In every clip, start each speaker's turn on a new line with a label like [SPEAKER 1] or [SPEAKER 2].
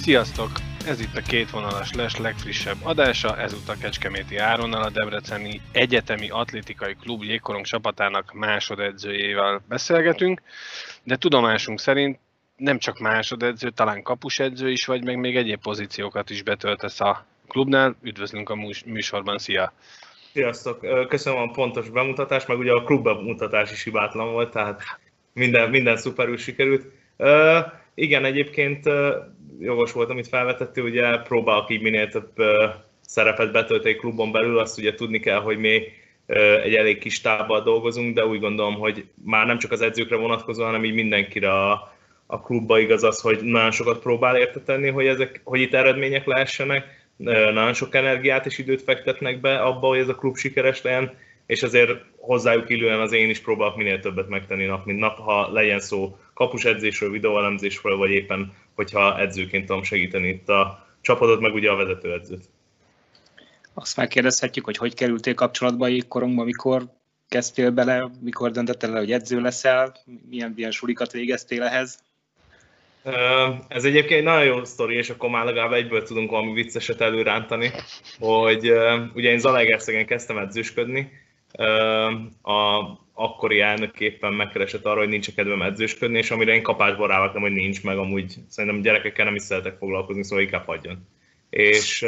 [SPEAKER 1] Sziasztok! Ez itt a Kétvonalas Les legfrissebb adása, ezúttal Kecskeméti Áronnal, a Debreceni Egyetemi Atlétikai Klub jégkorong csapatának másodedzőjével beszélgetünk, de tudomásunk szerint nem csak másodedző, talán kapusedző is vagy, meg még egyéb pozíciókat is betöltesz a klubnál. Üdvözlünk a műsorban, szia!
[SPEAKER 2] Sziasztok! Köszönöm a pontos bemutatást, meg ugye a klub bemutatás is hibátlan volt, tehát minden szuperül sikerült. Igen, egyébként jogos volt, amit felvetettél, ugye próbálok így minél több szerepet betölteni klubon belül, azt ugye tudni kell, hogy mi egy elég kis tábbal dolgozunk, de úgy gondolom, hogy már nem csak az edzőkre vonatkozóan, hanem így mindenkire a klubba igaz az, hogy nagyon sokat próbál érte tenni, hogy itt eredmények lehessenek, nagyon sok energiát és időt fektetnek be abba, hogy ez a klub sikeres legyen, és azért hozzájuk illően az én is próbálok minél többet megtenni nap mint nap, ha legyen szó kapusedzésről, videóelemzésről, vagy éppen, hogyha edzőként tudom segíteni itt a csapatot, meg ugye a vezetőedzőt.
[SPEAKER 3] Azt megkérdezhetjük, hogy kerültél kapcsolatba jégkorongba, mikor kezdtél bele, mikor döntöttél el, hogy edző leszel, milyen sulikat végeztél ehhez?
[SPEAKER 2] Ez egyébként egy nagyon jó sztori, és akkor már legalább egyből tudunk valami vicceset előrántani, hogy ugye én Zalaegerszegen kezdtem edzősködni, a akkori elnök éppen megkeresett arra, hogy nincs kedvem edzősködni, és amire én kapásból rávágtam, hogy nincs, meg amúgy szerintem gyerekekkel nem is szeretek foglalkozni, szóval inkább hagyjon. És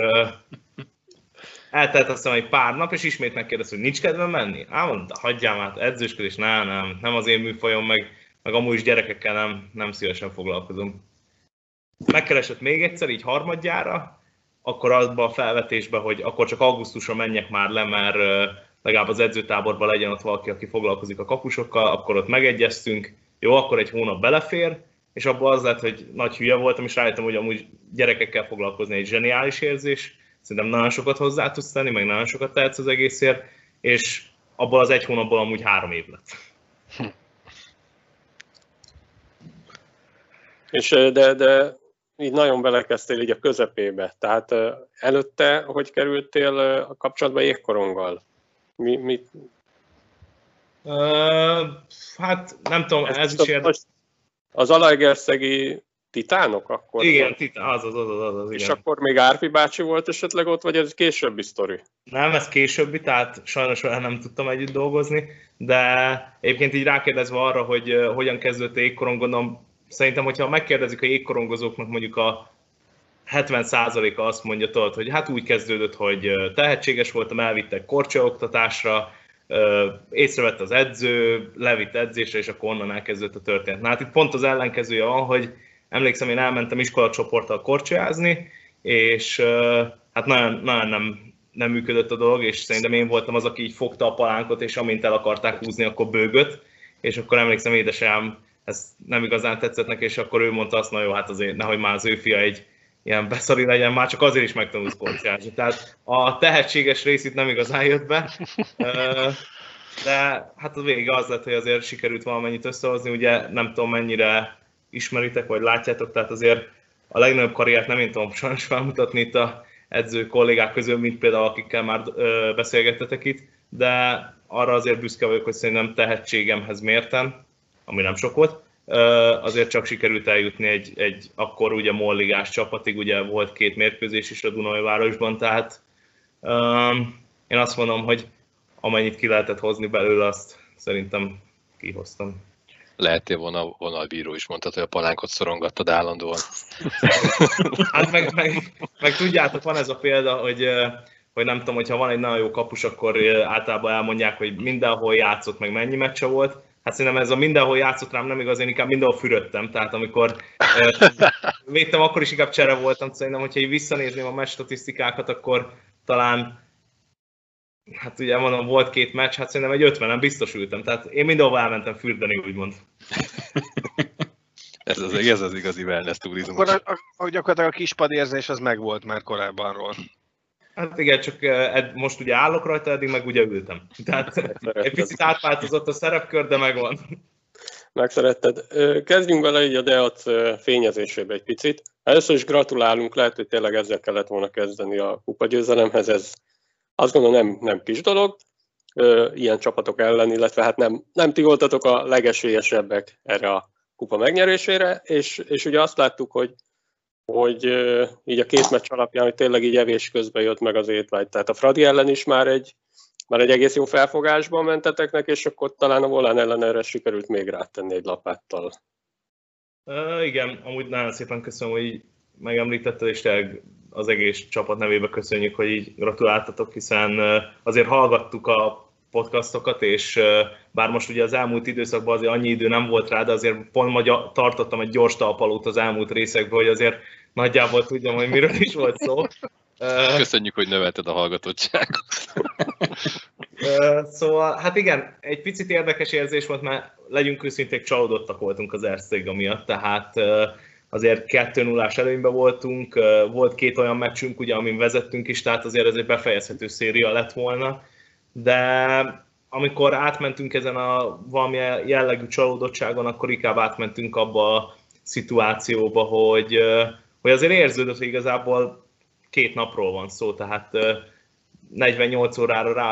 [SPEAKER 2] eltelt aztán egy pár nap, és ismét megkérdezte, hogy nincs kedvem menni? Mondta, hagyjál már, edzősködés, nem az én műfajom, meg amúgy is gyerekekkel nem szívesen foglalkozom. Megkeresett még egyszer, így harmadjára, akkor abban a felvetésben, hogy akkor csak augusztusra menjek már le, mert legalább az edzőtáborban legyen ott valaki, aki foglalkozik a kapusokkal, akkor ott megegyeztünk, jó, akkor egy hónap belefér, és abban az lett, hogy nagy hülye voltam, és rájöttem, hogy amúgy gyerekekkel foglalkozni egy zseniális érzés, szerintem nagyon sokat hozzá tudsz tenni, meg nagyon sokat tehetsz az egészért, és abból az egy hónapból amúgy 3 év lett.
[SPEAKER 4] És de így nagyon belekezdtél így a közepébe, tehát előtte hogy kerültél a kapcsolatba jégkoronggal?
[SPEAKER 2] Hát nem tudom, ez is érdekes.
[SPEAKER 4] Az zalaegerszegi Titánok akkor?
[SPEAKER 2] Igen, az, igen.
[SPEAKER 4] És akkor még Árpi bácsi volt esetleg ott, vagy ez későbbi sztori?
[SPEAKER 2] Nem, ez későbbi, tehát sajnos olyan nem tudtam együtt dolgozni, de egyébként így rákérdezve arra, hogy hogyan kezdődött a jégkorong, gondolom, szerintem, hogyha megkérdezik a jégkorongozóknak, mondjuk a 70%-a azt mondja, tudod, hogy hát úgy kezdődött, hogy tehetséges voltam, elvittek korcsolyaoktatásra, észrevett az edző, levitt edzésre, és akkor onnan elkezdődött a történet. Na hát itt pont az ellenkezője van, hogy emlékszem, én elmentem iskolatcsoporttal korcsolyázni, és hát nagyon nem működött a dolog, és szerintem én voltam az, aki így fogta a palánkot, és amint el akarták húzni, akkor bőgött, és akkor emlékszem, édesem, ez nem igazán tetszett neki, és akkor ő mondta azt, na jó, hát azért nehogy már az ő fia egy ilyen beszari legyen, már csak azért is megtanulsz korcsolyázni. Tehát a tehetséges rész itt nem igazán jött be, de hát a vége az lett, hogy azért sikerült valamennyit összehozni, ugye nem tudom mennyire ismeritek, vagy látjátok, tehát azért a legnagyobb karriert nem én tudom sajnos felmutatni itt a edző kollégák közül, mint például akikkel már beszélgettetek itt, de arra azért büszke vagyok, hogy szerintem tehetségemhez mérten, ami nem sok volt, azért csak sikerült eljutni egy akkor ugye molligás csapatig, ugye volt 2 mérkőzés is a Dunaújvárosban, tehát én azt mondom, hogy amennyit ki lehetett hozni belőle, azt szerintem kihoztam.
[SPEAKER 5] Lehettél vonalbíró is, mondtad, hogy a palánkot szorongattad állandóan.
[SPEAKER 2] Hát meg tudjátok, van ez a példa, hogy nem tudom, hogyha van egy nagyon jó kapus, akkor általában elmondják, hogy mindenhol játszott, meg mennyi meccse volt. Hát szerintem ez a mindenhol játszott rám nem igaz, én inkább mindenhol fürödtem. Tehát amikor védtem, akkor is inkább csere voltam. Szerintem, hogyha így visszanézném a meccs statisztikákat, akkor talán, hát ugye mondom, volt 2 meccs, hát szerintem egy 50-en biztos ültem. Tehát én mindenhol elmentem fürdeni, úgymond.
[SPEAKER 5] ez az igazi wellness turizmus.
[SPEAKER 1] Akkor gyakorlatilag a kispad érzés az megvolt már korábbanról.
[SPEAKER 2] Hát igen, csak most ugye állok rajta, eddig meg ugye ültem. Tehát egy picit átváltozott a szerepkör, de megvan.
[SPEAKER 4] Megszeretted. Kezdjünk vele így a Deac fényezésébe egy picit. Először is gratulálunk, lehet, hogy tényleg ezzel kellett volna kezdeni a kupagyőzelemhez. Ez azt gondolom nem kis dolog, ilyen csapatok ellen, illetve hát nem ti voltatok a legesélyesebbek erre a kupa megnyerésére, és ugye azt láttuk, hogy hogy így a két meccs alapján, hogy tényleg így evés közben jött meg az étvágy. Tehát a Fradi ellen is már egy egész jó felfogásban menteteknek, és akkor talán a Volán ellen erre sikerült még rátenni egy lapáttal.
[SPEAKER 2] Igen, amúgy nagyon szépen köszönöm, hogy így megemlítetted, és tényleg az egész csapat nevébe köszönjük, hogy így gratuláltatok, hiszen azért hallgattuk a podcastokat, és bár most ugye az elmúlt időszakban azért annyi idő nem volt rá, de azért pont tartottam egy gyors talpalót az elmúlt részekben, hogy azért nagyjából tudjam, hogy miről is volt szó.
[SPEAKER 5] Köszönjük, hogy növelted a hallgatottságot.
[SPEAKER 2] Szóval, hát igen, egy picit érdekes érzés volt, mert legyünk őszinték, csalódottak voltunk az Erzsébet miatt, tehát azért 2-0-ás előnyben voltunk, volt két olyan meccsünk, ugye, amin vezettünk is, tehát azért ez egy befejezhető széria lett volna, de amikor átmentünk ezen a valami jellegű csalódottságon, akkor inkább átmentünk abba a szituációba, hogy azért érződött, hogy igazából 2 napról van szó, tehát 48 órára rá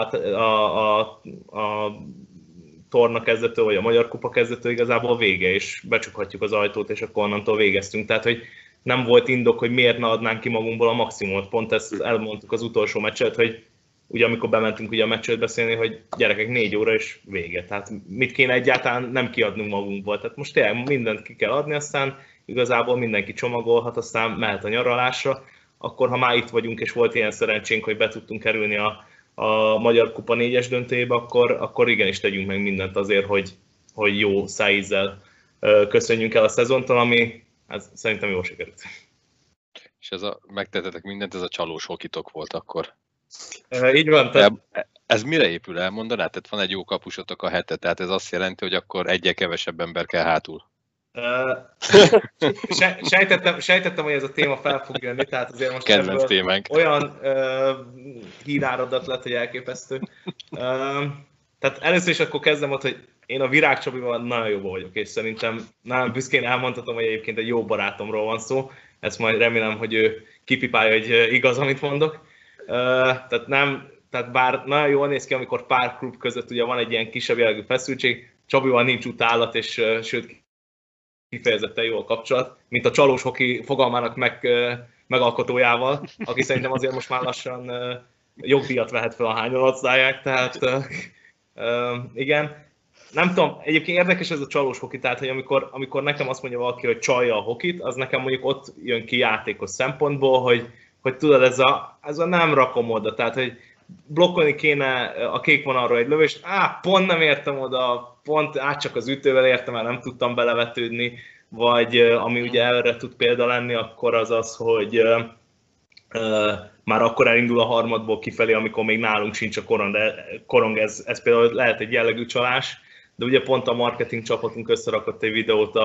[SPEAKER 2] a torna kezdetől, vagy a Magyar Kupa kezdetől igazából a vége, és becsukhatjuk az ajtót, és akkor onnantól végeztünk. Tehát, hogy nem volt indok, hogy miért ne adnánk ki magunkból a maximumot. Pont ezt elmondtuk az utolsó meccset, hogy ugye amikor bementünk ugye a meccset beszélni, hogy gyerekek 4 óra és vége. Tehát mit kéne egyáltalán nem kiadnunk magunkból. Tehát most tényleg mindent ki kell adni, aztán igazából mindenki csomagolhat, aztán mehet a nyaralásra. Akkor, ha már itt vagyunk, és volt ilyen szerencsénk, hogy be tudtunk kerülni a Magyar Kupa 4-es döntőjébe, akkor igenis tegyünk meg mindent azért, hogy jó szájízzel köszönjünk el a szezontól, ami szerintem jól sikerült.
[SPEAKER 5] És megtettetek mindent, ez a csalós hokitok volt akkor.
[SPEAKER 2] Így van.
[SPEAKER 5] Ez mire épül, elmondanád? Tehát van egy jó kapusotok a hete, tehát ez azt jelenti, hogy akkor egyre kevesebb ember kell hátul.
[SPEAKER 2] Sejtettem, hogy ez a téma fel fog jönni, tehát azért most
[SPEAKER 5] kedvenc témánk.
[SPEAKER 2] Olyan híráradat lett, hogy elképesztő. Tehát először is akkor kezdem ott, hogy én a Virág Csabival nagyon jobban vagyok, és szerintem nagyon büszkén elmondhatom, hogy egyébként egy jó barátomról van szó. Ezt majd remélem, hogy ő kipipálja, hogy igaz, amit mondok. Tehát bár nagyon jól néz ki, amikor pár klub között ugye van egy ilyen kisebb jellegű feszültség, Csabival nincs utálat, és sőt kifejezetten jó a kapcsolat, mint a csalós hoki fogalmának megalkotójával, aki szerintem azért most már lassan jogdíjat vehet fel, a hányan adszálják, tehát igen. Nem tudom, egyébként érdekes ez a csalós hoki, tehát hogy amikor nekem azt mondja valaki, hogy csalja a hokit, az nekem mondjuk ott jön ki játékos szempontból, hogy tudod, ez a nem rakom oda, tehát hogy blokkolni kéne a kék vonalról egy lövést, pont nem értem oda, pont csak az ütővel értem, mert nem tudtam belevetődni, vagy ami ugye erre tud példa lenni, akkor az, hogy már akkor elindul a harmadból kifelé, amikor még nálunk sincs a korong, ez például lehet egy jellegű csalás, de ugye pont a marketing csapatunk összerakott egy videót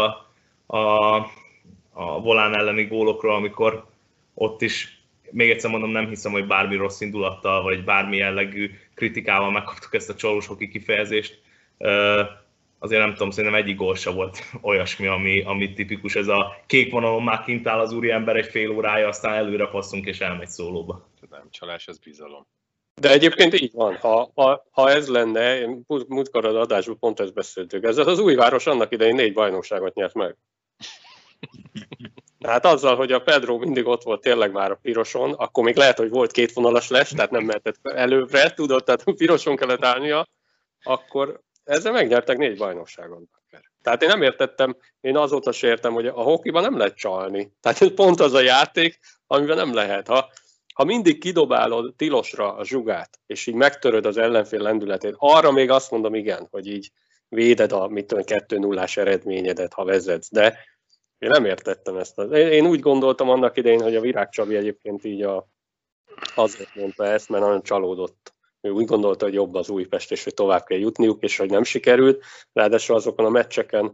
[SPEAKER 2] a Volán elleni gólokról, amikor ott is, még egyszer mondom, nem hiszem, hogy bármi rossz indulattal, vagy bármi jellegű kritikával megkaptuk ezt a csalós hoki kifejezést. Azért nem tudom, szerintem egyik gól se volt olyasmi, ami tipikus. Ez a kék vonalon már kint áll az úriember egy fél órája, aztán előre passzunk és elmegy szólóba.
[SPEAKER 5] Nem csalás, ez bizalom.
[SPEAKER 4] De egyébként így van. Ha ez lenne, múltkor az adásban pont ezt beszéltük, ez az Újváros annak idején 4 bajnokságot nyert meg. Tehát azzal, hogy a Pedro mindig ott volt tényleg már a piroson, akkor még lehet, hogy volt 2 vonalas les, tehát nem mehetett előbbre, tudod, tehát piroson kellett állnia, akkor ezzel megnyertek 4 bajnokságot. Tehát én nem értettem, én azóta se értem, hogy a hokiban nem lehet csalni. Tehát ez pont az a játék, amiben nem lehet. Ha mindig kidobálod tilosra a zsugát, és így megtöröd az ellenfél lendületét, arra még azt mondom igen, hogy így véded a 2-0-ás eredményedet, ha vezetsz, de én nem értettem ezt. Én úgy gondoltam annak idején, hogy a Virág Csabi egyébként így azért mondta ezt, mert nagyon csalódott. Ő úgy gondolta, hogy jobb az Újpest, és hogy tovább kell jutniuk, és hogy nem sikerült. Ráadásul azokon a meccseken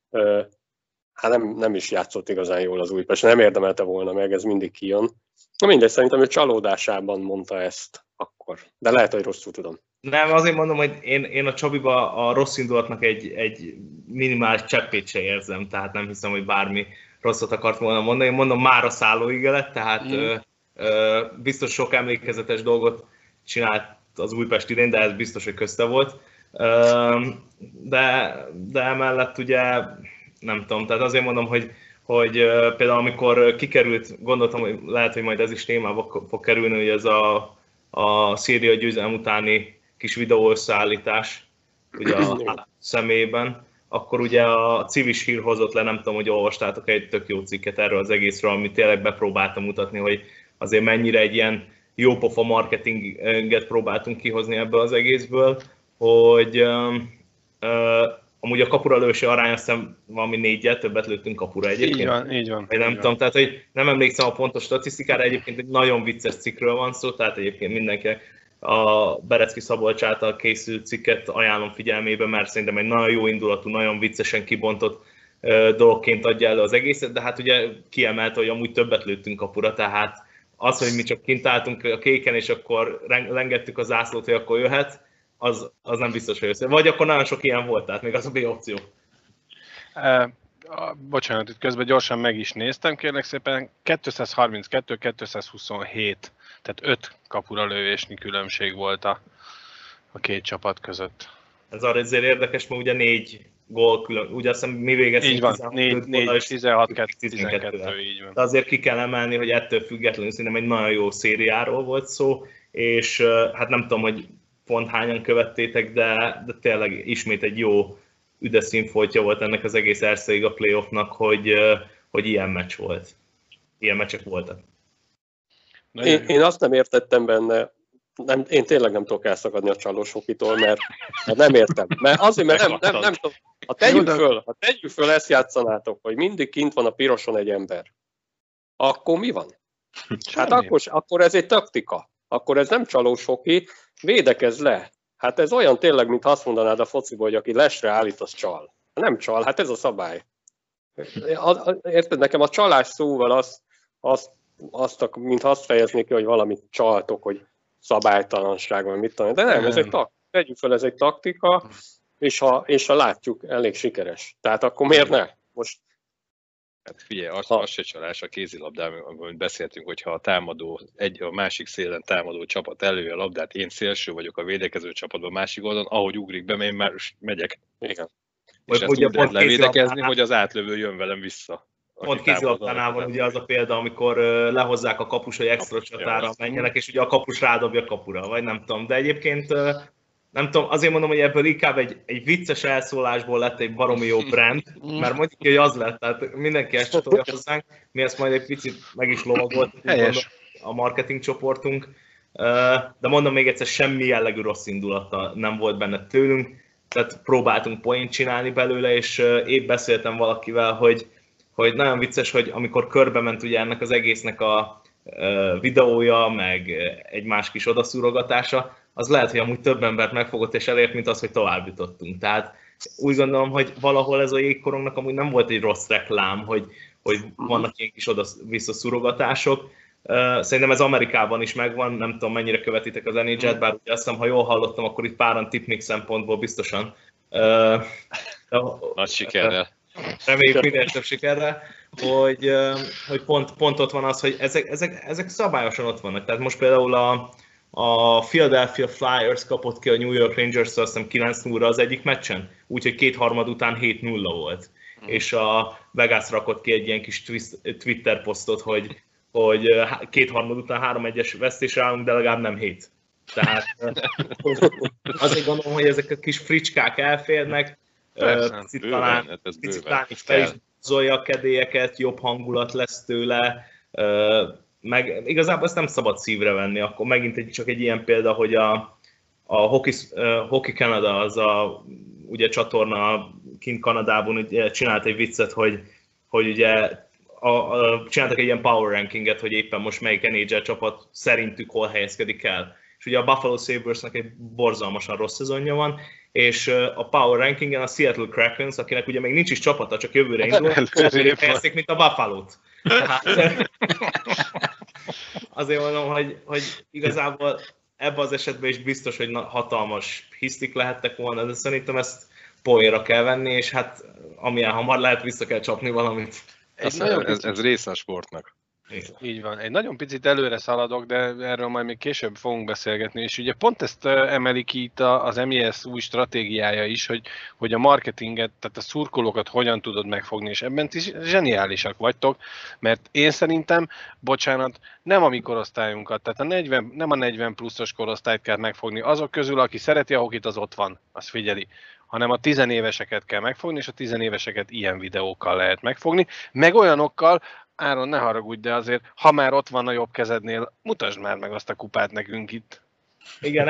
[SPEAKER 4] nem is játszott igazán jól az Újpest, nem érdemelte volna meg, ez mindig kijön. Na mindegy, szerintem ő csalódásában mondta ezt akkor. De lehet, hogy rosszul tudom.
[SPEAKER 2] Nem, azért mondom, hogy én a Csabiba a rossz indulatnak egy minimális cseppét se érzem, tehát nem hiszem, hogy bármi rosszat akart volna mondani. Én mondom, már a szállóige lett, tehát biztos sok emlékezetes dolgot csinált az Újpest idén, de ez biztos, hogy közte volt. De emellett ugye nem tudom, tehát azért mondom, hogy például amikor kikerült, gondoltam, hogy lehet, hogy majd ez is témába fog kerülni, hogy ez a Szíria győzelem utáni kis videó összeállítás ugye a személyében, akkor ugye a Civis Hír hozott le, nem tudom, hogy olvastátok egy tök jó cikket erről az egészről, amit tényleg bepróbáltam mutatni, hogy azért mennyire egy ilyen jópofa marketinget próbáltunk kihozni ebből az egészből, hogy amúgy a kapura lősi arány aztán valami 4-jel többet lőttünk kapura egyébként.
[SPEAKER 1] Így van.
[SPEAKER 2] Vagy nem tudom, tehát hogy nem emlékszem a pontos statisztikára, egyébként egy nagyon vicces cikkről van szó, tehát egyébként mindenki a Berecki Szabolcs által készült cikket ajánlom figyelmébe, mert szerintem egy nagyon jó indulatú, nagyon viccesen kibontott dologként adja elő az egészet, de hát ugye kiemelt, hogy amúgy többet lőttünk kapura, tehát az, hogy mi csak kint álltunk a kéken, és akkor lengettük a zászlót, hogy akkor jöhet, az nem biztos, hogy össze. Vagy akkor nagyon sok ilyen volt, tehát még az a B opció.
[SPEAKER 1] Bocsánat, itt közben gyorsan meg is néztem, kérlek szépen, 232-227, tehát 5 kapura lövésnyi különbség volt a két csapat között.
[SPEAKER 2] Ez azért érdekes, mert ugye 4 gól külön, ugye azt hiszem mi végeztünk
[SPEAKER 1] 16-12, így van.
[SPEAKER 2] De azért ki kell emelni, hogy ettől függetlenül szerintem egy nagyon jó szériáról volt szó, és hát nem tudom, hogy pont hányan követtétek, de tényleg ismét egy jó üdes színfoltja volt ennek az egész Erste Liga playoffnak, hogy ilyen meccs volt. Ilyen meccsek voltak.
[SPEAKER 4] Én azt nem értettem benne, én tényleg nem tudok elszakadni a csalós hokitól, mert nem értem. Mert azért, mert nem tudom. Ha tegyük föl, ezt játszanátok, hogy mindig kint van a piroson egy ember, akkor mi van? Hát akkor ez egy taktika. Akkor ez nem csalós hoki, védekezz le. Hát ez olyan tényleg, mint azt mondanád a fociból, hogy aki lesre állít, az csal. Nem csal, hát ez a szabály. Érted, nekem a csalás szóval mintha azt fejeznék ki, hogy valamit csaltok, hogy szabálytalanság, vagy mit tudom. De nem, ez egy tegyük fel, ez egy taktika, és ha látjuk, elég sikeres. Tehát akkor miért ne? Most
[SPEAKER 5] hát figyelj, az se csalás a kézilabdában, amiről beszéltünk, hogyha a másik szélen támadó csapat elője a labdát, én szélső vagyok a védekező csapatban, a másik oldalon, ahogy ugrik be, én már megyek.
[SPEAKER 4] Igen.
[SPEAKER 5] És ezt úgy lehet levédekezni, hogy az átlövő jön velem vissza.
[SPEAKER 2] Pont kézilabdánál van ugye az a példa, amikor lehozzák a kapus, hogy extra csatára menjenek, és ugye a kapus rádobja kapura, vagy nem tudom. De egyébként nem tudom, azért mondom, hogy ebből inkább egy vicces elszólásból lett egy baromi jó brand, mert mondjuk, hogy az lett, tehát mindenki ezt csatolja hozzánk, mi ezt majd egy picit meg is lovagoltuk, a marketing csoportunk, de mondom még egyszer, semmi jellegű rossz indulata nem volt benne tőlünk, tehát próbáltunk poént csinálni belőle, és épp beszéltem valakivel, hogy nagyon vicces, hogy amikor körbe ment ugye ennek az egésznek a videója, meg egy más kis odaszúrogatása, az lehet, hogy amúgy több embert megfogott és elért, mint az, hogy tovább jutottunk. Tehát úgy gondolom, hogy valahol ez a jégkorongnak amúgy nem volt egy rossz reklám, hogy vannak ilyen kis oda-vissza szurogatások. Szerintem ez Amerikában is megvan, nem tudom mennyire követitek az NHL-t, bár ugye azt hiszem, ha jól hallottam, akkor itt páran tipnik szempontból biztosan.
[SPEAKER 5] Nagy sikerrel.
[SPEAKER 2] Reméljük minél több sikerrel, hogy pont ott van az, hogy ezek szabályosan ott vannak. Tehát most például a Philadelphia Flyers kapott ki a New York Rangers-től azt hiszem 9-0-ra az egyik meccsen, úgyhogy kétharmad után 7-0 volt. És a Vegas rakott ki egy ilyen kis Twitter posztot, hogy kétharmad után 3-1-es vesztésre állunk, de legalább nem 7. Tehát azért gondolom, hogy ezek a kis fricskák elférnek, picit talán fel is zolja a kedélyeket, jobb hangulat lesz tőle, meg igazából ezt nem szabad szívre venni, akkor megint csak egy ilyen példa, hogy a Hockey Canada, az a ugye csatorna kint Kanadában ugye csinált egy viccet, hogy ugye csináltak egy ilyen power rankinget, hogy éppen most melyik NHL csapat szerintük hol helyezkedik el. És ugye a Buffalo Sabresnek egy borzalmasan rossz szezonja van, és a power rankingen a Seattle Krakens, akinek ugye még nincs is csapata, csak jövőre indul, helyezték, mint a Buffalo-t. Tehát, azért mondom, hogy igazából ebben az esetben is biztos, hogy hatalmas hisztik lehettek volna, de szerintem ezt poénra kell venni, és hát amilyen hamar lehet, vissza kell csapni valamit.
[SPEAKER 5] Ez része a sportnak.
[SPEAKER 1] Így van. Egy nagyon picit előre szaladok, de erről majd még később fogunk beszélgetni, és ugye pont ezt emeli ki itt az MES új stratégiája is, hogy a marketinget, tehát a szurkolókat hogyan tudod megfogni, és ebben ti zseniálisak vagytok, mert én szerintem, bocsánat, nem a mi korosztályunkat, tehát nem a 40 pluszos korosztályt kell megfogni, azok közül, aki szereti a hokit, az ott van, az figyeli, hanem a 10 éveseket kell megfogni, és a 10 éveseket ilyen videókkal lehet megfogni, meg olyanokkal, Áron, ne haragudj, de azért, ha már ott van a jobb kezednél, mutasd már meg azt a kupát nekünk itt.
[SPEAKER 2] Igen,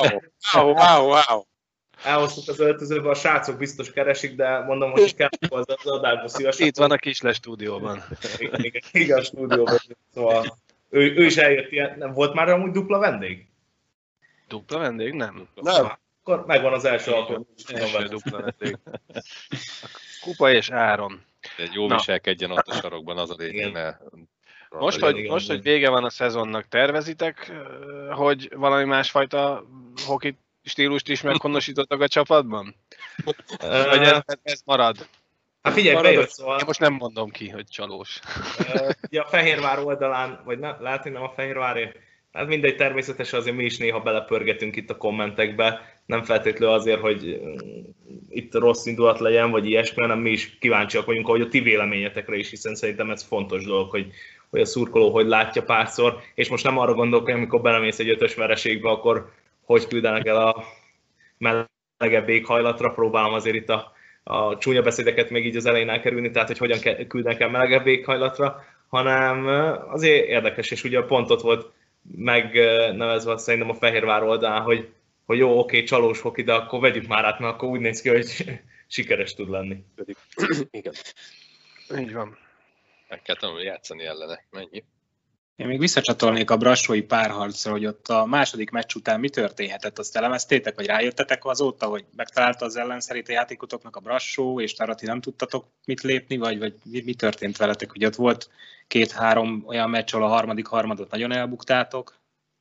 [SPEAKER 2] elhoztuk az öltözőbe, a srácok biztos keresik, de mondom, hogy kell az adásba szívesen.
[SPEAKER 1] Itt van a Kisle stúdióban.
[SPEAKER 2] Igen, a stúdióban. Szóval ő is eljött ilyen, nem volt már amúgy dupla vendég?
[SPEAKER 1] Dupla vendég? Nem.
[SPEAKER 2] Akkor megvan az első alkalom.
[SPEAKER 1] Első dupla vendég. Kupa és Áron.
[SPEAKER 5] Egy jó viselkedjen ott a sarokban, az a lényeg, mert...
[SPEAKER 1] Most, hogy vége van a szezonnak, tervezitek, hogy valami másfajta hoki stílust is meghonosítottak a csapatban? Vagy ez marad?
[SPEAKER 2] Hát figyelj, bejött, szóval...
[SPEAKER 1] Én most nem mondom ki, hogy csalós.
[SPEAKER 2] Ugye a Fehérvár oldalán, vagy lehet, hogy nem a Fehérváré, hát mindegy, természetesen azért mi is néha belepörgetünk itt a kommentekbe, nem feltétlenül azért, hogy itt rossz indulat legyen, vagy ilyesmi, hanem mi is kíváncsiak vagyunk, ahogy a ti véleményetekre is, hiszen szerintem ez fontos dolog, hogy a szurkoló hogy látja párszor, és most nem arra gondolok, hogy amikor belemész egy 5-ös vereségbe, akkor hogy küldenek el a melegebb éghajlatra, próbálom azért itt a csúnya beszédeket még így az elején elkerülni, tehát hogy hogyan küldenek el melegebb éghajlatra, hanem azért érdekes, és ugye pont ott volt megnevezve szerintem a Fehérvár oldalán, hogy jó, oké, csalós hoki, de akkor vegyük már át, mert akkor úgy néz ki, hogy sikeres tud lenni.
[SPEAKER 4] Igen.
[SPEAKER 1] Így van.
[SPEAKER 5] Meg kell tanulni játszani ellene. Mennyi?
[SPEAKER 3] Én még visszacsatolnék a brassói párharcra, hogy ott a második meccs után mi történhetett, azt elemeztétek, vagy rájöttetek azóta, hogy megtalálta az ellenszerét a játékotoknak a brassó, és arra ti nem tudtatok mit lépni, vagy mi történt veletek, hogy ott volt 2-3 olyan meccs, ahol a harmadik harmadot nagyon elbuktátok?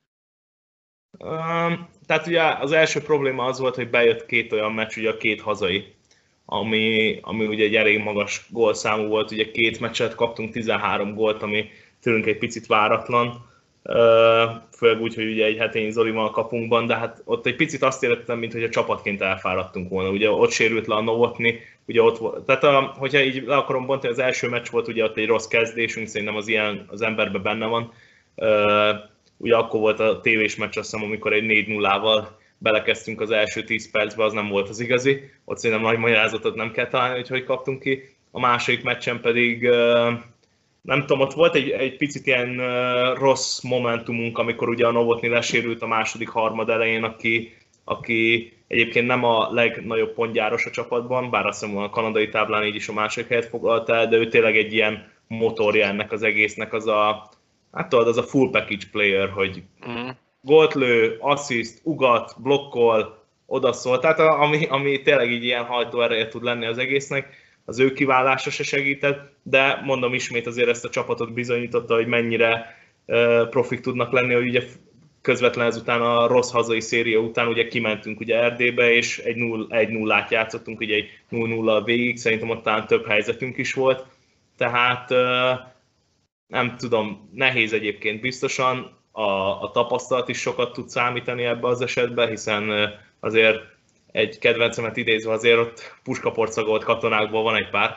[SPEAKER 2] Tehát ugye az első probléma az volt, hogy bejött 2 olyan meccs, ugye a 2 hazai, ami ugye egy elég magas gólszámú volt, ugye 2 meccset kaptunk, 13 gólt, ami tőlünk egy picit váratlan, főleg úgy, hogy ugye egy Hetényi Zolival a kapunkban, de hát ott egy picit azt éreztem, mintha csapatként elfáradtunk volna. Ugye ott sérült le a Novotny, ugye ott volt, tehát hogyha így le akarom bontani, az első meccs volt ugye ott egy rossz kezdésünk, szerintem az ilyen az emberben benne van. Ugye akkor volt a tévés meccs, azt hiszem, amikor egy 4-0-val belekezdtünk az első 10 percbe, az nem volt az igazi. Ott szerintem nagy magyarázatot nem kell találni, hogy kaptunk ki. A második meccsen pedig nem tudom, ott volt egy picit ilyen rossz momentumunk, amikor ugye a Novotny lesérült a második harmad elején, aki egyébként nem a legnagyobb pontgyáros a csapatban, bár azt hiszem a kanadai táblán így is a második helyet foglalta el, de ő tényleg egy ilyen motorja ennek az egésznek, az a full package player, hogy gólt lő, assziszt, ugat, blokkol, odaszól, tehát ami tényleg így ilyen hajtóereje tud lenni az egésznek. Az ő kiválása se segített, de mondom ismét azért ezt a csapatot bizonyította, hogy mennyire profik tudnak lenni, hogy ugye közvetlen ezután a rossz hazai széria után ugye kimentünk ugye Erdélybe, és egy 1-0-át játszottunk, ugye egy 0-0 végig, szerintem ott talán több helyzetünk is volt, tehát nem tudom, nehéz egyébként biztosan, a tapasztalat is sokat tud számítani ebbe az esetben, hiszen azért egy kedvencemet idézve azért ott puskaporcagolt katonákból van egy pár.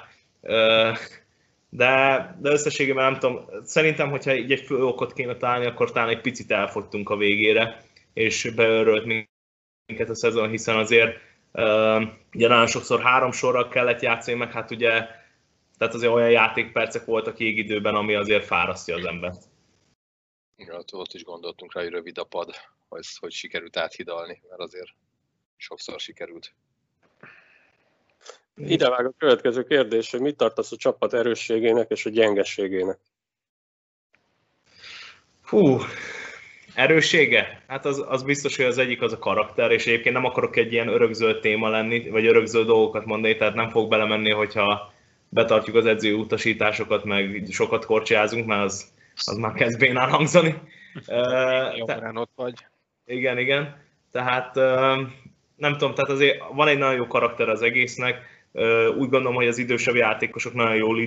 [SPEAKER 2] De összességében nem tudom, szerintem, hogyha így egy fő okot kéne találni, akkor talán egy picit elfogytunk a végére, és beörölt minket a szezon, hiszen azért ugye nagyon sokszor 3 sorral kellett játszani, meg hát ugye, tehát azért olyan játékpercek voltak jégidőben, ami azért fárasztja az embert.
[SPEAKER 5] Igen, ott is gondoltunk rá, hogy rövid a pad, hogy sikerült áthidalni, mert azért sokszor sikerült.
[SPEAKER 4] Idevág a következő kérdés, hogy mit tartasz a csapat erősségének és a gyengeségének?
[SPEAKER 2] Erőssége? Hát az biztos, hogy az egyik az a karakter, és egyébként nem akarok egy ilyen örökzöld téma lenni, vagy örökzöld dolgokat mondani, tehát nem fog belemenni, hogyha betartjuk az edzői utasításokat, meg sokat korcsiázunk, mert az már kezd bénán hangzani.
[SPEAKER 1] Jobban ott vagy.
[SPEAKER 2] Igen. Tehát nem tudom, tehát azért van egy nagyon jó karakter az egésznek. Úgy gondolom, hogy az idősebb játékosok nagyon jó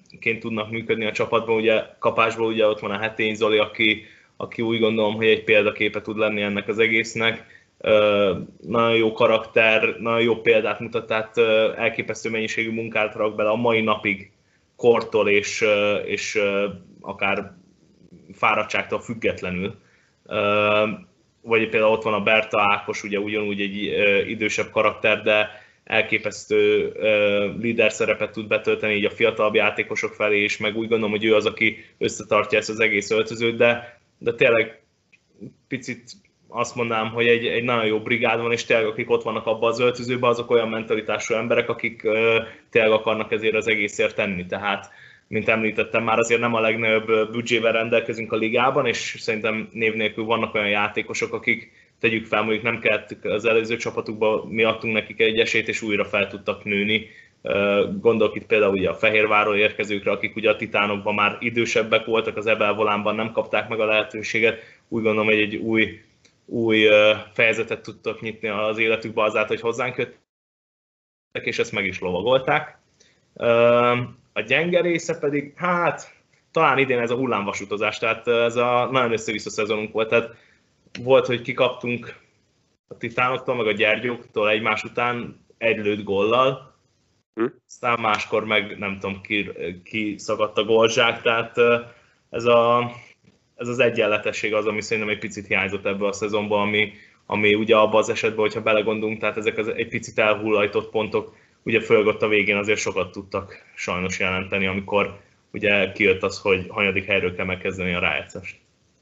[SPEAKER 2] ként tudnak működni a csapatban, ugye kapásból ugye ott van a Hetény Zoli, aki úgy gondolom, hogy egy példaképe tud lenni ennek az egésznek. Nagyon jó karakter, nagyon jó példát mutat, tehát elképesztő mennyiségű munkát rak bele a mai napig kortól és akár fáradtságtól függetlenül. Vagy például ott van a Berta Ákos, ugye ugyanúgy egy idősebb karakter, de elképesztő líder szerepet tud betölteni így a fiatalabb játékosok felé, és meg úgy gondolom, hogy ő az, aki összetartja ezt az egész öltözőt, de tényleg picit azt mondanám, hogy egy nagyon jó brigád van, és tényleg akik ott vannak abban az öltözőben, azok olyan mentalitású emberek, akik tényleg akarnak ezért az egészért tenni. Tehát, mint említettem, már azért nem a legnagyobb büdzsével rendelkezünk a ligában, és szerintem név nélkül vannak olyan játékosok, akik tegyük fel, mondjuk nem kellett az előző csapatukban, mi adtunk nekik egy esélyt, és újra fel tudtak nőni. Gondolok itt például ugye a Fehérvárról érkezőkre, akik ugye a Titánokban már idősebbek voltak, az Ebel Volánban nem kapták meg a lehetőséget. Úgy gondolom, hogy egy új fejezetet tudtak nyitni az életükbe azáltal, hogy hozzánk jöttek, és ezt meg is lovagolták. A gyenge része pedig, hát talán idén ez a hullámvasutozás, tehát ez a nagyon össze-vissza szezonunk volt, tehát volt, hogy kikaptunk a Titánoktól, meg a Gyergyóktól egymás után egy lőtt góllal, aztán máskor meg nem tudom, ki szagadt a gólzsák, tehát ez az egyenletesség az, ami szerintem egy picit hiányzott ebből a szezonban, ami ugye abban az esetben, hogyha belegondolunk, tehát ezek az egy picit elhullajtott pontok, ugye főleg ott a végén azért sokat tudtak sajnos jelenteni, amikor ugye kijött az, hogy hanyadik helyről kell megkezdeni a rájátszást.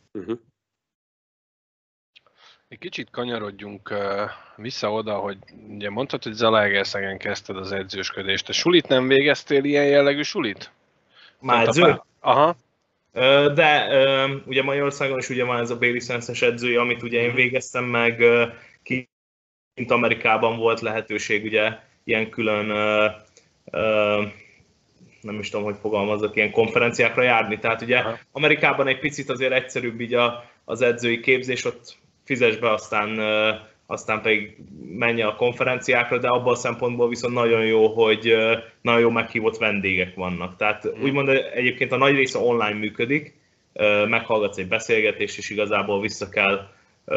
[SPEAKER 1] Egy kicsit kanyarodjunk vissza oda, hogy ugye mondtad, hogy Zalaegerszegen kezdted az edzősködést. Te sulit nem végeztél, ilyen jellegű sulit?
[SPEAKER 2] Már edző?
[SPEAKER 1] Aha.
[SPEAKER 2] De ugye Magyarországon is ugye van ez a B-licences edzője, amit ugye én végeztem meg, kint Amerikában volt lehetőség ugye ilyen külön, nem is tudom, hogy fogalmazok, ilyen konferenciákra járni. Tehát ugye Amerikában egy picit azért egyszerűbb így az edzői képzés, ott fizes be, aztán pedig menj a konferenciákra, de abban a szempontból viszont nagyon jó, hogy nagyon jó meghívott vendégek vannak. Tehát úgymond egyébként a nagy része online működik, meghallgatsz egy beszélgetést, és igazából vissza kell,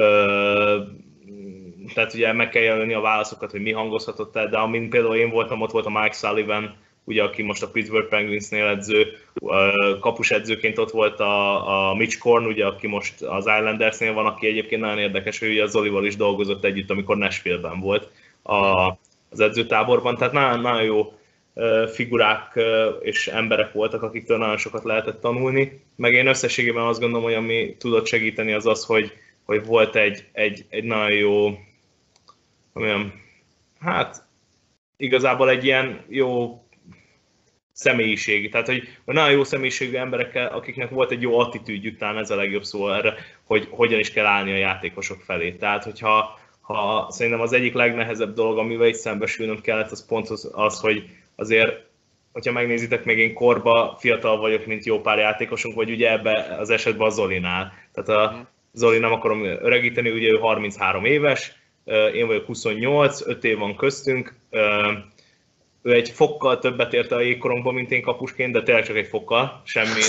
[SPEAKER 2] tehát ugye meg kell jelölni a válaszokat, hogy mi hangozhatott el, de amin például én voltam, ott volt a Mike Sullivan, ugye, aki most a Pittsburgh Penguinsnél edző, kapus edzőként ott volt a Mitch Korn, ugye, aki most az Islandersnél van, aki egyébként nagyon érdekes, hogy ugye a Zolival is dolgozott együtt, amikor Nashville-ben volt az edzőtáborban, tehát nagyon jó figurák és emberek voltak, akiktől nagyon sokat lehetett tanulni, meg én összességében azt gondolom, hogy ami tudott segíteni az az, hogy volt egy nagyon jó, hát igazából egy ilyen jó személyiség, tehát hogy nagyon jó személyiségű emberekkel, akiknek volt egy jó attitűdjük, talán ez a legjobb szó erre, hogy hogyan is kell állni a játékosok felé. Tehát, hogyha szerintem az egyik legnehezebb dolog, amivel itt szembesülnöm kellett, az pont az, hogy azért, hogyha megnézitek, még én korba fiatal vagyok, mint jó pár játékosunk, vagy ugye ebben az esetben a Zolinál. Tehát a Zoli nem akarom öregíteni, ugye ő 33 éves, én vagyok 28, 5 év van köztünk, ő egy fokkal többet érte a jégkorongban, mint én kapusként, de tényleg csak egy fokkal, semmi.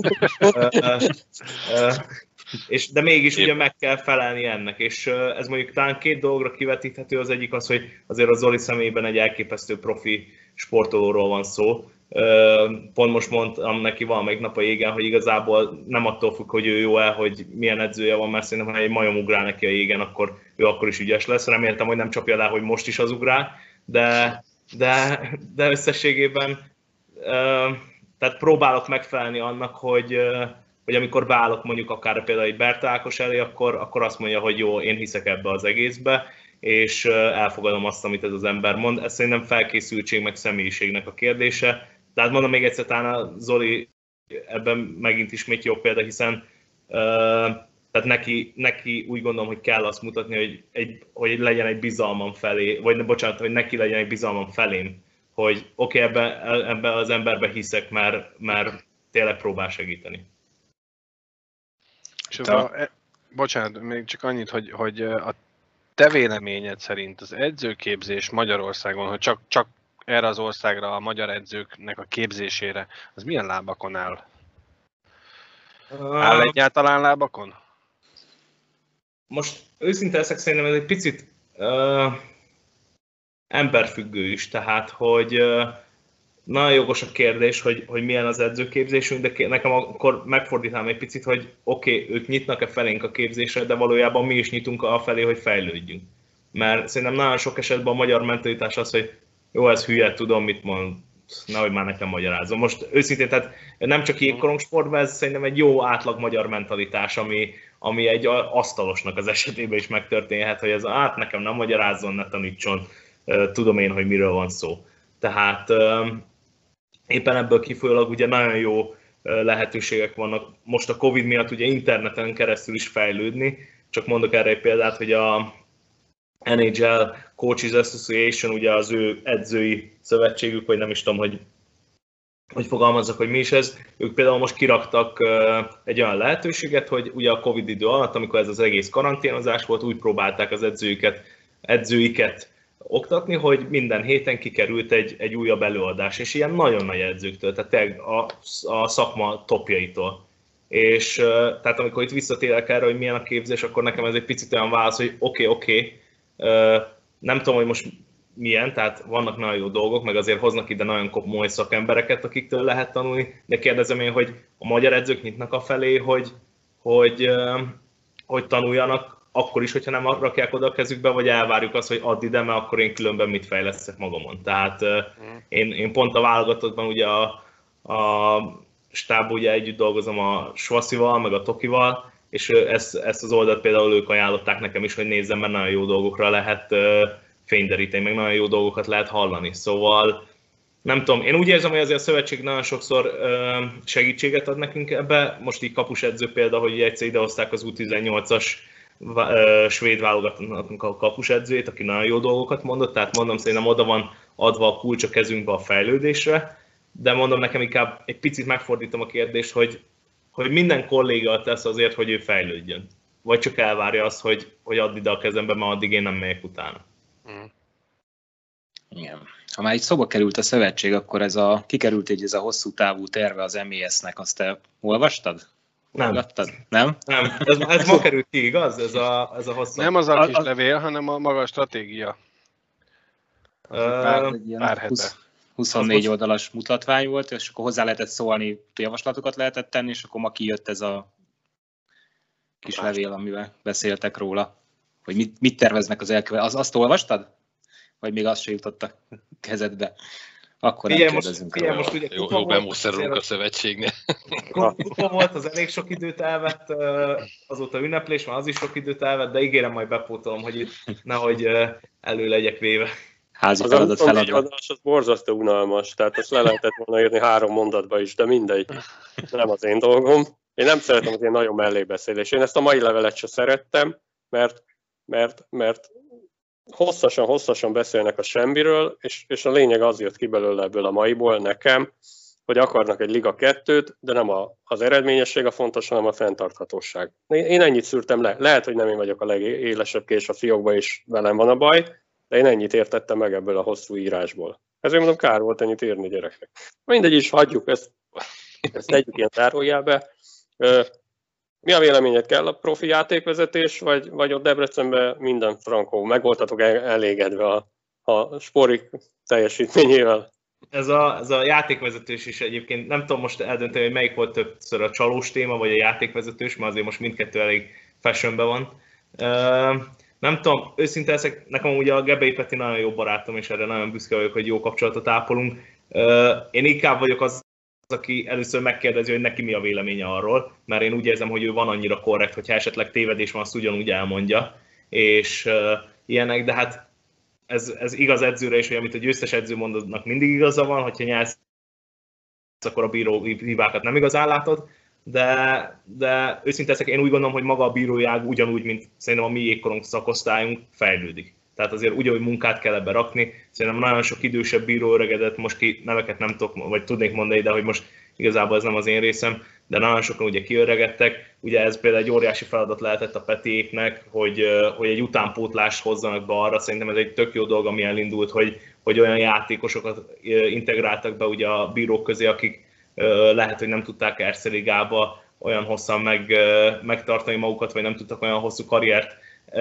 [SPEAKER 2] De mégis ugye meg kell felelni ennek, és ez mondjuk talán két dologra kivetíthető, az egyik az, hogy azért a Zoli személyében egy elképesztő profi sportolóról van szó. Pont most mondtam neki valamelyik nap a jégen, hogy igazából nem attól függ, hogy ő jó-e, hogy milyen edzője van, mert szerintem, ha egy majom ugrál neki a jégen, akkor ő akkor is ügyes lesz. Reméltem, hogy nem csapja le, hogy most is az ugrál, de összességében tehát próbálok megfelelni annak, hogy amikor beállok mondjuk akár például egy Berta Ákos elé, akkor azt mondja, hogy jó, én hiszek ebbe az egészbe, és elfogadom azt, amit ez az ember mond. Ez szerintem felkészültség meg személyiségnek a kérdése. Tehát mondom még egyszer, talán a Zoli ebben megint ismét jó példa, hiszen tehát neki úgy gondolom, hogy kell azt mutatni, hogy legyen egy bizalmam felé, vagy bocsánat, hogy neki legyen egy bizalmam felém, hogy oké, ebbe az emberbe hiszek, mert tényleg próbál segíteni.
[SPEAKER 1] És bocsánat, még csak annyit, hogy a te véleményed szerint az edzőképzés Magyarországon, hogy csak erre az országra a magyar edzőknek a képzésére, az milyen lábakon áll? Áll egyáltalán lábakon?
[SPEAKER 2] Most őszinte leszek, szerintem ez egy picit emberfüggő is, tehát hogy nagyon jogos a kérdés, hogy milyen az edzőképzésünk, de nekem akkor megfordítám egy picit, hogy oké, ők nyitnak-e felénk a képzésre, de valójában mi is nyitunk afelé, hogy fejlődjünk. Mert szerintem nagyon sok esetben a magyar mentalitás az, hogy jó, ez hülye, tudom, mit mond, nehogy már nekem magyarázom. Most őszintén, tehát nem csak jégkorongsportban, ez szerintem egy jó átlag magyar mentalitás, ami egy asztalosnak az esetében is megtörténhet, hogy ez nekem nem magyarázzon, ne tanítson, tudom én, hogy miről van szó. Tehát éppen ebből kifolyólag ugye nagyon jó lehetőségek vannak most a Covid miatt ugye interneten keresztül is fejlődni. Csak mondok erre egy példát, hogy a NHL Coaches Association, ugye az ő edzői szövetségük, vagy nem is tudom, hogy fogalmazzak, hogy mi is ez. Ők például most kiraktak egy olyan lehetőséget, hogy ugye a Covid idő alatt, amikor ez az egész karanténozás volt, úgy próbálták az edzőiket oktatni, hogy minden héten kikerült egy újabb előadás, és ilyen nagyon nagy edzőktől, tehát a szakma topjaitól. És tehát amikor itt visszatérek erre, hogy milyen a képzés, akkor nekem ez egy picit olyan válasz, hogy oké, nem tudom, hogy most milyen, tehát vannak nagyon jó dolgok, meg azért hoznak ide nagyon komoly szakembereket, akiktől lehet tanulni, de kérdezem én, hogy a magyar edzők nyitnak afelé, hogy tanuljanak, akkor is, hogyha nem rakják oda a kezükbe, vagy elvárjuk azt, hogy add ide, mert akkor én különben mit fejlesztek magamon. Tehát én pont a válogatottban ugye a stábban ugye együtt dolgozom a Svaszival, meg a Tokival, és ezt az oldalt például ők ajánlották nekem is, hogy nézzem, mert nagyon jó dolgokra lehet fényderíteni, meg nagyon jó dolgokat lehet hallani. Szóval nem tudom, én úgy érzem, hogy azért a szövetség nagyon sokszor segítséget ad nekünk ebbe. Most így kapusedző példa, hogy egyszer idehozták az U18-as svéd válogatottnak a kapusedzőjét, aki nagyon jó dolgokat mondott, tehát mondom, szerintem oda van adva a kulcs a kezünkbe a fejlődésre, de mondom, nekem inkább egy picit megfordítom a kérdést, hogy minden kolléga tesz azért, hogy ő fejlődjön. Vagy csak elvárja azt, hogy add ide a kezembe, mert addig én nem megyek utána.
[SPEAKER 3] Igen. Ha már így szóba került a szövetség, akkor kikerült ez a hosszú távú terve az MES-nek, azt te olvastad?
[SPEAKER 2] Nem.
[SPEAKER 3] Nem?
[SPEAKER 2] Nem. Ez ma került ki, igaz? Ez a hosszú.
[SPEAKER 1] Nem az a kis levél, hanem a maga stratégia. Pár hete.
[SPEAKER 3] 24 oldalas mutatvány volt, és akkor hozzá lehetett szólni, javaslatokat lehetett tenni, és akkor ma kijött ez a kis levél, amivel beszéltek róla. Hogy mit terveznek az elkövetkező. Azt olvastad? Vagy még azt se jutott a kezedbe? Akkor nem kérdezünk róla.
[SPEAKER 2] Most ugye
[SPEAKER 5] jó bemószerolunk a szövetségnél.
[SPEAKER 2] Kupa volt, az elég sok időt elvett, azóta ünneplés van, az is sok időt elvett, de ígérem, majd bepótolom, hogy itt nehogy elő legyek véve.
[SPEAKER 3] Házi feladat feladva.
[SPEAKER 4] Az borzasztó unalmas, tehát ezt le lehetett volna írni 3 mondatba is, de mindegy. Nem az én dolgom. Én nem szeretem az ilyen nagyon mellébeszélés. Én ezt a mai levelet se szerettem, mert hosszasan beszélnek a semmiről, és a lényeg az jött ki belőle ebből a maiból nekem, hogy akarnak egy Liga 2-t, de nem az eredményesség a fontos, hanem a fenntarthatóság. Én ennyit szűrtem le. Lehet, hogy nem én vagyok a legélesebb kés a fiókba, és velem van a baj, de én ennyit értettem meg ebből a hosszú írásból. Ezért mondom, kár volt ennyit írni, gyerekek. Mindegy is, hagyjuk ezt tegyük ilyen zárójelbe. Mi a véleményed, kell a profi játékvezetés, vagy ott Debrecenben minden frankó? Meg voltatok elégedve a Sporik teljesítményével?
[SPEAKER 2] Ez a játékvezetős is egyébként, nem tudom most eldönteni, hogy melyik volt többször a csalós téma, vagy a játékvezetős, mert azért most mindkettő elég fashionben van. Nem tudom, őszinte leszek, nekem ugye a Gebei Peti nagyon jó barátom, és erre nagyon büszke vagyok, hogy jó kapcsolatot ápolunk. Én inkább vagyok az, aki először megkérdezi, hogy neki mi a véleménye arról, mert én úgy érzem, hogy ő van annyira korrekt, hogyha esetleg tévedés van, azt ugyanúgy elmondja, és ilyenek, de hát ez igaz edzőre is, hogy amit a győztes edző mondanak mindig igaza van, hogyha nyersz, akkor a bíró hibákat nem igazán látod, de őszintén én úgy gondolom, hogy maga a bírói ág ugyanúgy, mint szerintem a mi jégkorong szakosztályunk fejlődik. Tehát azért ugyanúgy munkát kell ebbe rakni. Szerintem nagyon sok idősebb bíró öregedett, most ki neveket nem tudok, vagy tudnék mondani, de hogy most igazából ez nem az én részem, de nagyon sokan ugye kiöregedtek. Ugye ez például egy óriási feladat lehetett a Petiéknek, hogy egy utánpótlást hozzanak be arra. Szerintem ez egy tök jó dolog, ami elindult, hogy hogy olyan játékosokat integráltak be ugye a bírók közé, akik lehet, hogy nem tudták Erste ligába olyan hosszan megtartani magukat, vagy nem tudtak olyan hosszú karriert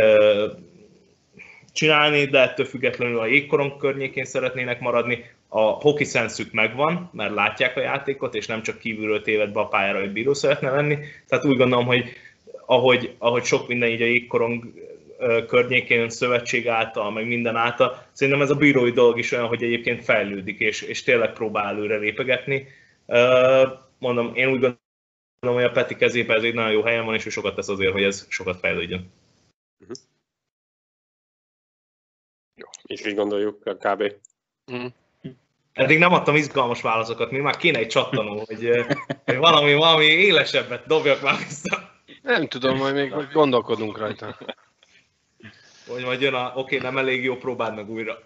[SPEAKER 2] csinálni, de ettől függetlenül a jégkorong környékén szeretnének maradni. A hockey senszük megvan, mert látják a játékot, és nem csak kívülről téved be a pályára, hogy bíró szeretne lenni. Tehát úgy gondolom, hogy ahogy sok minden így a jégkorong környékén, szövetség által, meg minden által, szerintem ez a bírói dolog is olyan, hogy egyébként fejlődik, és tényleg próbál előre lépegetni. Mondom, én úgy gondolom, hogy a Peti kezében ez egy nagyon jó helyen van, és ő sokat tesz azért, hogy ez sokat fejlődjön.
[SPEAKER 4] Jó, és így gondoljuk kb.
[SPEAKER 2] Eddig nem adtam izgalmas válaszokat, még már kéne egy csattanó, hogy valami élesebbet dobjak már vissza.
[SPEAKER 1] Nem tudom, majd még gondolkodunk rajta.
[SPEAKER 2] Hogy majd jön oké, nem elég jó, próbáld meg újra.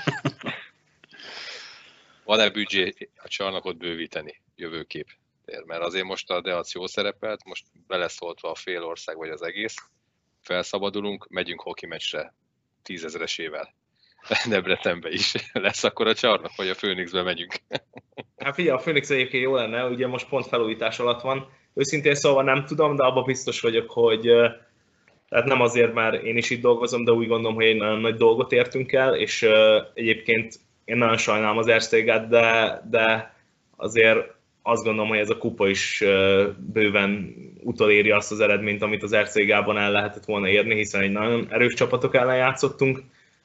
[SPEAKER 5] Van-e büdzsé a csarnokot bővíteni jövőkép? Mert azért most a Deac jó szerepelt, most beleszóltva a fél ország vagy az egész. Felszabadulunk, megyünk hockey meccsre 10 000-esével. Debrecenbe is lesz akkor a csarnok, vagy a Phoenixbe megyünk?
[SPEAKER 2] Hát figyelj, a Phoenix egyébként jó lenne, ugye most pont felújítás alatt van. Őszintén szóval nem tudom, de abban biztos vagyok, hogy tehát nem azért, mert én is itt dolgozom, de úgy gondolom, hogy egy nagyon nagy dolgot értünk el, és egyébként én nagyon sajnálom az Erste ligát, de azért azt gondolom, hogy ez a kupa is bőven utoléri azt az eredményt, amit az Erste ligában el lehetett volna érni, hiszen egy nagyon erős csapatok ellen játszottunk.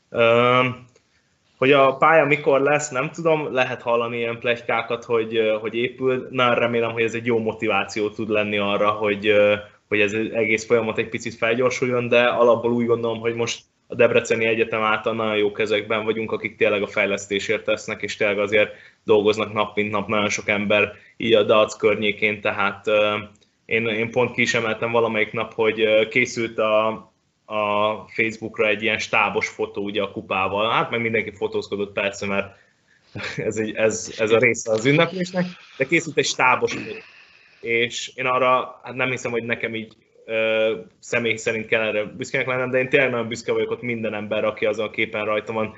[SPEAKER 2] Hogy a pálya mikor lesz, nem tudom, lehet hallani ilyen pletykákat, hogy épül. Nagyon remélem, hogy ez egy jó motiváció tud lenni arra, hogy ez az egész folyamat egy picit felgyorsuljon, de alapból úgy gondolom, hogy most a Debreceni Egyetem által nagyon jó kezekben vagyunk, akik tényleg a fejlesztésért tesznek, és tényleg azért dolgoznak nap mint nap nagyon sok ember így a Deac környékén, tehát én pont ki is emeltem valamelyik nap, hogy készült a Facebookra egy ilyen stábos fotó ugye a kupával, hát meg mindenki fotózkodott persze, mert ez a része az ünneplésnek, de készült egy stábos fotó. És én arra, hát nem hiszem, hogy nekem így személy szerint kell erre büszkének lennem, de én tényleg nagyon büszke vagyok ott minden ember, aki azon a képen rajta van,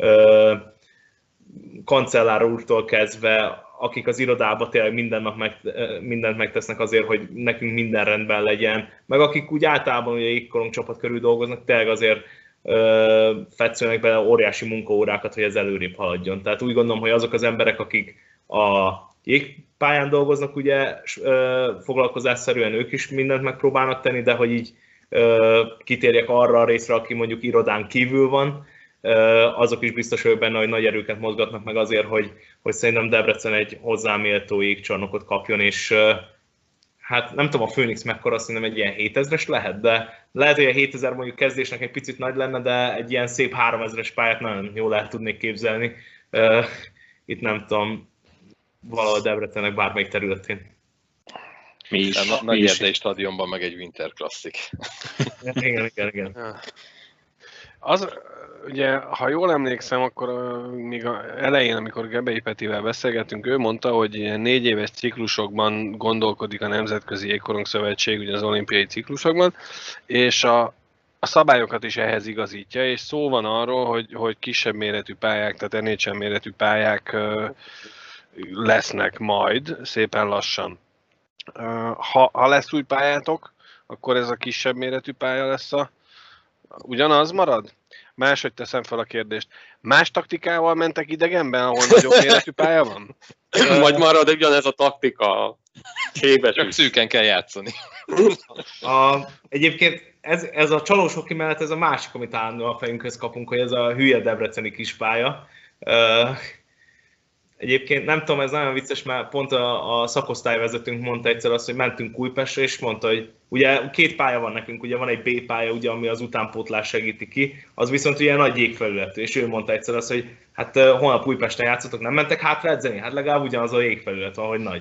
[SPEAKER 2] kancellár úrtól kezdve, akik az irodában tényleg mindent megtesznek azért, hogy nekünk minden rendben legyen, meg akik úgy általában ugye jégkorong csapat körül dolgoznak, tényleg azért fetszölnek bele óriási munkaórákat, hogy ez előrébb haladjon. Tehát úgy gondolom, hogy azok az emberek, akik a jégpályán dolgoznak, ugye foglalkozásszerűen ők is mindent megpróbálnak tenni, de hogy így kitérjek arra a részre, aki mondjuk irodán kívül van, azok is biztos vagyok benne, hogy nagy erőket mozgatnak meg azért, hogy szerintem Debrecen egy hozzáméltó jégcsarnokot kapjon, és hát nem tudom a Phoenix mekkora, szerintem egy ilyen 7000-es lehet, de lehet, hogy a 7000 mondjuk kezdésnek egy picit nagy lenne, de egy ilyen szép 3000-es pályát nagyon jól lehet tudnék képzelni. Itt nem tudom, valahol Debrecennek bármelyik területén.
[SPEAKER 5] Mi is. Nagy Erdei stadionban meg egy Winter Classic.
[SPEAKER 2] Igen.
[SPEAKER 1] Ugye, ha jól emlékszem, akkor még elején, amikor Gebei Petivel beszélgettünk, ő mondta, hogy ilyen 4 éves ciklusokban gondolkodik a Nemzetközi Jégkorong Szövetség, ugye az olimpiai ciklusokban, és a szabályokat is ehhez igazítja, és szó van arról, hogy kisebb méretű pályák, tehát NHL méretű pályák lesznek majd szépen lassan. Ha lesz új pályátok, akkor ez a kisebb méretű pálya lesz ugyanaz marad? Máshogy teszem fel a kérdést. Más taktikával mentek idegenben, ahol nagyobb méretű pálya van?
[SPEAKER 4] Vagy marad ugyanez a taktika?
[SPEAKER 5] Csak szűken kell játszani.
[SPEAKER 2] Egyébként ez a csalós hoki mellett ez a másik, amit állandóan a fejünkhöz kapunk, hogy ez a hülye debreceni kispálya. Egyébként nem tudom, ez nagyon vicces, mert pont a szakosztályvezetőnk mondta egyszer azt, hogy mentünk Újpestre, és mondta, hogy ugye 2 pálya van nekünk, ugye van egy B pálya, ugye, ami az utánpótlás segíti ki, az viszont ugye nagy jégfelületű, és ő mondta egyszer azt, hogy hát holnap Újpesten játszotok, nem mentek hátra edzeni? Hát legalább ugyanaz a jégfelület van, hogy nagy.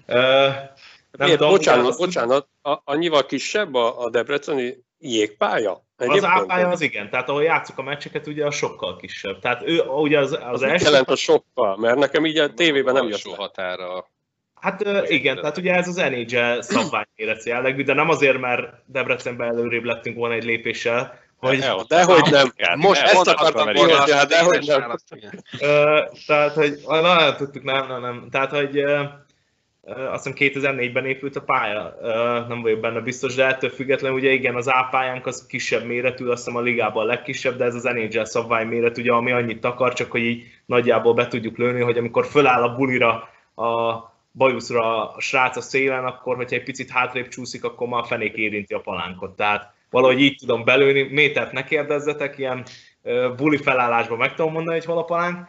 [SPEAKER 4] Bocsánat, annyival kisebb a debreceni jégpálya?
[SPEAKER 2] Az A-pálya az igen, tehát ahol játszuk a meccseket, ugye az sokkal kisebb. Tehát ő ugye az első...
[SPEAKER 4] jelent a sokkal, mert nekem így a tévében nem jött
[SPEAKER 5] határa.
[SPEAKER 2] Hát igen, tehát ugye ez az NHL szabványméretű jellegű, de nem azért, mert Debrecenben előrébb lettünk volna egy lépéssel,
[SPEAKER 4] Dehogy nem. Most ezt akartam mondani, dehogy nem.
[SPEAKER 2] Tehát, hogy nem tudtuk, nem. Tehát, hogy azt hiszem 2004-ben épült a pálya, nem vagyok benne biztos, de ettől függetlenül ugye igen, az A pályánk az kisebb méretű, azt hiszem a ligában a legkisebb, de ez az NHL szabvány méret, ugye, ami annyit takar, csak hogy így nagyjából be tudjuk lőni, hogy amikor föláll a bulira a bajuszra a srác a szélen, akkor hogyha egy picit hátrébb csúszik, akkor már a fenék érinti a palánkot. Tehát valahogy így tudom belőni, métert ne kérdezzetek, ilyen buli felállásban meg tudom mondani, hogy hol a palánk,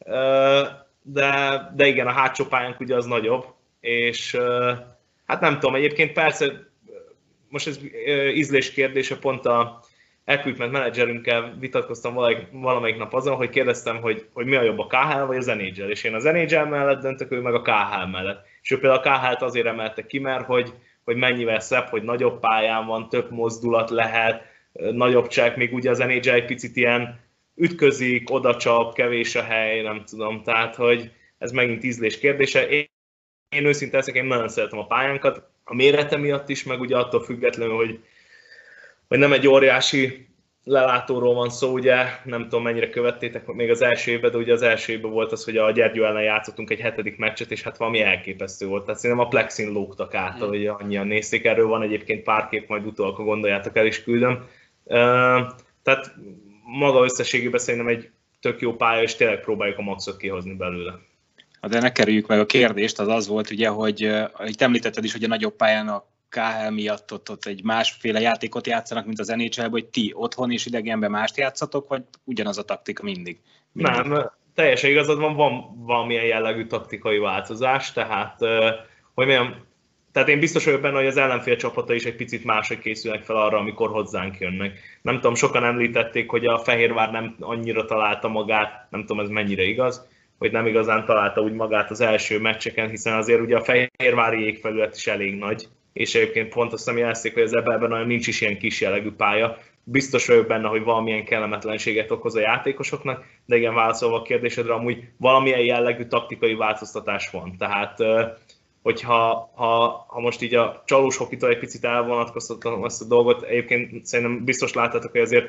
[SPEAKER 2] de igen, a hátsó pályánk ugye az nagyobb, és hát nem tudom, egyébként persze, most ez ízlés kérdése, pont a equipment menedzserünkkel vitatkoztam valamelyik nap azon, hogy kérdeztem, hogy mi a jobb, a KHL vagy az NHL, és én az NHL mellett döntök, ő meg a KHL mellett. És ő például a KHL-t azért emelte ki, mert hogy mennyivel szebb, hogy nagyobb pályán van, több mozdulat lehet, nagyobb cselek, még ugye az NHL egy picit ilyen ütközik, odacsap, kevés a hely, nem tudom, tehát hogy ez megint ízlés kérdése. Én őszintén leszek, én nagyon szeretem a pályánkat, a mérete miatt is, meg ugye attól függetlenül, hogy nem egy óriási lelátóról van szó, ugye, nem tudom mennyire követtétek még az első évben, de ugye az első évben volt az, hogy a Gyergyó ellen játszottunk egy 7. meccset, és hát valami elképesztő volt. Tehát szerintem a plexin lógtak át, hogy annyian nézték, erről van egyébként pár kép, majd utólag, ha gondoljátok, el is küldöm. Tehát maga összességében szerintem egy tök jó pálya, és tényleg próbáljuk a maxot kihozni belőle.
[SPEAKER 3] De ne kerüljük meg a kérdést, az volt ugye, hogy itt említetted is, hogy a nagyobb pályán a KHL miatt ott egy másféle játékot játszanak, mint az NHL-ben, hogy ti otthon és idegenben mást játszatok, vagy ugyanaz a taktika mindig?
[SPEAKER 2] Nem, teljesen igazad van valamilyen jellegű taktikai változás, tehát hogy mondjam, tehát én biztos vagyok benne, hogy az ellenfél csapata is egy picit máshogy készülnek fel arra, amikor hozzánk jönnek. Nem tudom, sokan említették, hogy a Fehérvár nem annyira találta magát, nem tudom ez mennyire igaz, hogy nem igazán találta úgy magát az első meccseken, hiszen azért ugye a fehérvári jégfelület is elég nagy, és egyébként pont azt hiszem jelezték, hogy az ebben nagyon nincs is ilyen kis jellegű pálya. Biztos vagyok benne, hogy valamilyen kellemetlenséget okoz a játékosoknak, de igen, válaszolva a kérdésedre, amúgy valamilyen jellegű taktikai változtatás van. Tehát, hogyha most így a csalós hokitól egy picit elvonatkoztatom ezt a dolgot, egyébként szerintem biztos láttátok, hogy azért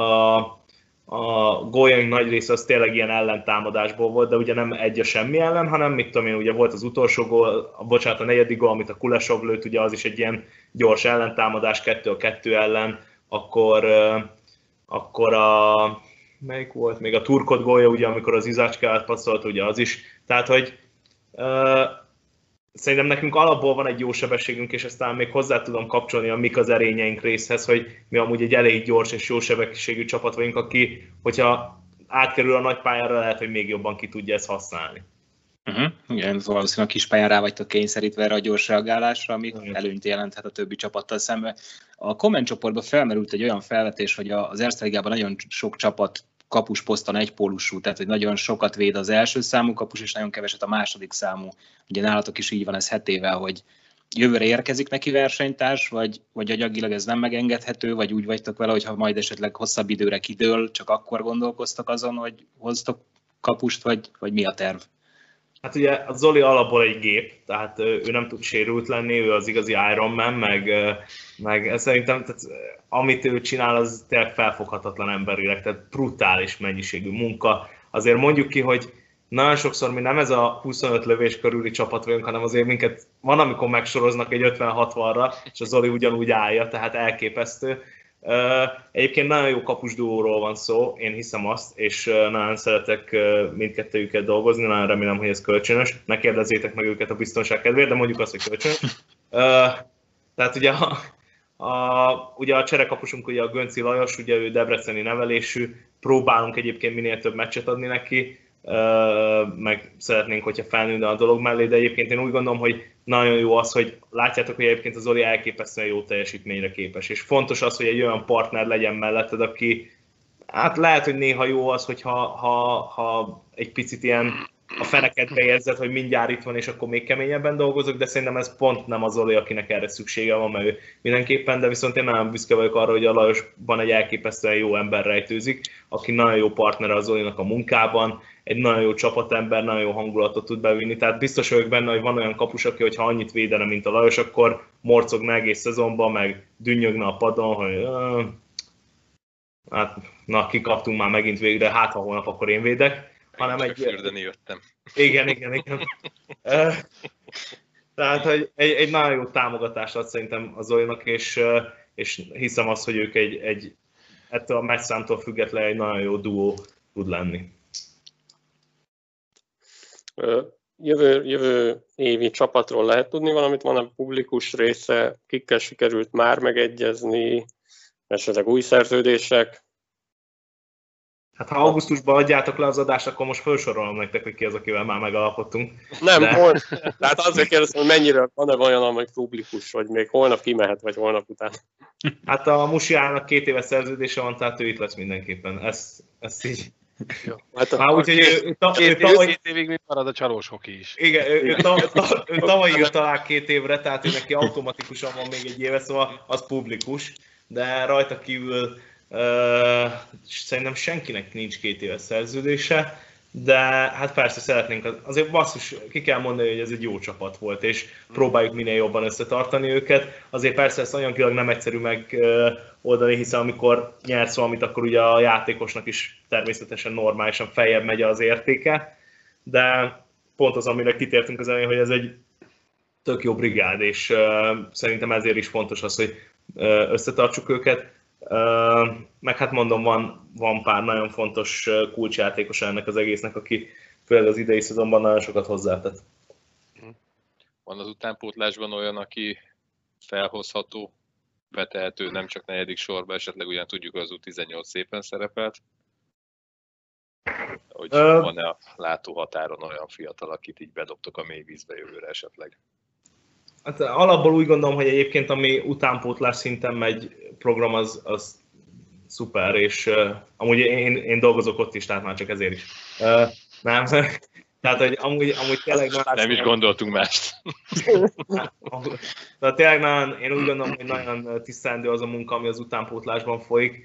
[SPEAKER 2] a góljaink nagy része az tényleg ilyen ellentámadásból volt, de ugye nem egy a semmi ellen, hanem mit tudom én, ugye volt az utolsó gól, a 4. gól, amit a Kulesov lőtt, ugye az is egy ilyen gyors ellentámadás, 2-2 ellen, akkor melyik volt? Még a Turkot gólja, ugye, amikor az Izácska átpasszolt, ugye az is. Tehát, hogy szerintem nekünk alapból van egy jó sebességünk, és aztán még hozzá tudom kapcsolni a mik az erényeink részhez, hogy mi amúgy egy elég gyors és jó sebességű csapat vagyunk, aki, hogyha átkerül a nagy pályára, lehet, hogy még jobban ki tudja ezt használni.
[SPEAKER 3] Igen, valószínűleg a kis pályán rá vagytok kényszerítve erre a gyors reagálásra, ami előnyt jelenthet a többi csapattal szemben. A kommentcsoportban felmerült egy olyan felvetés, hogy az Erste Ligában nagyon sok csapat kapusposzton egypólusú, tehát hogy nagyon sokat véd az első számú kapus, és nagyon keveset a második számú. Ugye nálatok is így van ez 7 éve, hogy jövőre érkezik neki versenytárs, vagy agyagilag ez nem megengedhető, vagy úgy vagytok vele, hogy ha majd esetleg hosszabb időre kidől, csak akkor gondolkoztak azon, hogy hoztok kapust, vagy mi a terv?
[SPEAKER 2] Hát ugye a Zoli alapból egy gép, tehát ő nem tud sérült lenni, ő az igazi Iron Man, meg szerintem tehát, amit ő csinál, az tényleg felfoghatatlan emberileg, tehát brutális mennyiségű munka. Azért mondjuk ki, hogy nagyon sokszor mi nem ez a 25 lövés körüli csapat vagyunk, hanem azért minket van, amikor megsoroznak egy 50-60-ra, és a Zoli ugyanúgy állja, tehát elképesztő. Egyébként nagyon jó kapusduóról van szó, én hiszem azt, és nagyon szeretek mindkettőjüket dolgozni, nagyon remélem, hogy ez kölcsönös. Ne kérdezzétek meg őket a biztonság kedvéért, de mondjuk azt, hogy kölcsönös. Tehát ugye a cserekapusunk ugye a Gönci Lajos, ugye ő debreceni nevelésű, próbálunk egyébként minél több meccset adni neki, meg szeretnénk, hogyha felnőne a dolog mellé, de egyébként én úgy gondolom, hogy nagyon jó az, hogy látjátok, hogy egyébként az Zoli elképesztően jó teljesítményre képes, és fontos az, hogy egy olyan partner legyen melletted, aki hát lehet, hogy néha jó az, hogy ha egy picit ilyen a fenekedbe érzed, hogy mindjárt itt van, és akkor még keményebben dolgozok, de szerintem ez pont nem az Zoli, akinek erre szüksége van, mert ő mindenképpen, de viszont én nagyon büszke vagyok arra, hogy a Lajosban egy elképesztően jó ember rejtőzik, aki nagyon jó partner a Zolinak a munkában, egy nagyon jó csapatember, nagyon jó hangulatot tud bevinni, tehát biztos vagyok benne, hogy van olyan kapus, aki, hogyha annyit védene, mint a Lajos, akkor morcogna egész szezonban, meg dünnyögne a padon, hogy hát na, kikaptunk már megint végre, hát ha holnap akkor én védek.
[SPEAKER 5] Hanem egy... fürdeni jöttem.
[SPEAKER 2] Igen. Tehát, hogy egy nagyon jó támogatást ad szerintem az Zolinak, és hiszem azt, hogy ők ettől a meccszámtól függetlenül egy nagyon jó duó tud lenni.
[SPEAKER 4] Jövő évi csapatról lehet tudni valamit? Van a publikus része, kikkel sikerült már megegyezni, esetleg új szerződések?
[SPEAKER 2] Hát ha augusztusban adjátok le az adást, akkor most felsorolom nektek, hogy ki az, akivel már megalapodtunk.
[SPEAKER 4] Nem, tehát azért kérdeztem, hogy mennyire van-e olyan, amely publikus, vagy még holnap kimehet, vagy holnap után.
[SPEAKER 2] Hát a Musiának 2 éves szerződése van, tehát ő itt lesz mindenképpen. Ezt így...
[SPEAKER 5] Hát
[SPEAKER 2] már úgy, hogy
[SPEAKER 1] két évig mi marad a csalós hoki is.
[SPEAKER 2] Igen, ő tavaly írt talán 2 évre, tehát ő neki automatikusan van még egy éve, szóval az publikus, de rajta kívül szerintem senkinek nincs 2 éves szerződése, de hát persze szeretnénk, azért basszus, ki kell mondani, hogy ez egy jó csapat volt, és próbáljuk minél jobban összetartani őket. Azért persze ezt anyagilag nem egyszerű megoldani, hiszen amikor nyersz valamit, akkor ugye a játékosnak is természetesen normálisan feljebb megy az értéke, de pont az, amire kitértünk az elején, hogy ez egy tök jó brigád, és szerintem ezért is fontos az, hogy összetartsuk őket. Meg hát mondom, van pár nagyon fontos kulcsjátékos ennek az egésznek, aki főleg az idei szezonban nagyon sokat hozzátett.
[SPEAKER 5] Van az utánpótlásban olyan, aki felhozható, betehető, nem csak 4. sorba, esetleg ugyan tudjuk, hogy az U18 szépen szerepelt? Hogy van-e a látóhatáron olyan fiatal, akit így bedobtok a mély vízbe jövőre esetleg?
[SPEAKER 2] Hát alapból úgy gondolom, hogy egyébként ami utánpótlás szinten megy program, az szuper, és amúgy én dolgozok ott is, tehát már csak ezért is. Nem, tehát hogy amúgy tényleg...
[SPEAKER 5] Nem is gondoltunk mást.
[SPEAKER 2] Tehát tényleg nagyon, én úgy gondolom, hogy nagyon tisztelendő az a munka, ami az utánpótlásban folyik.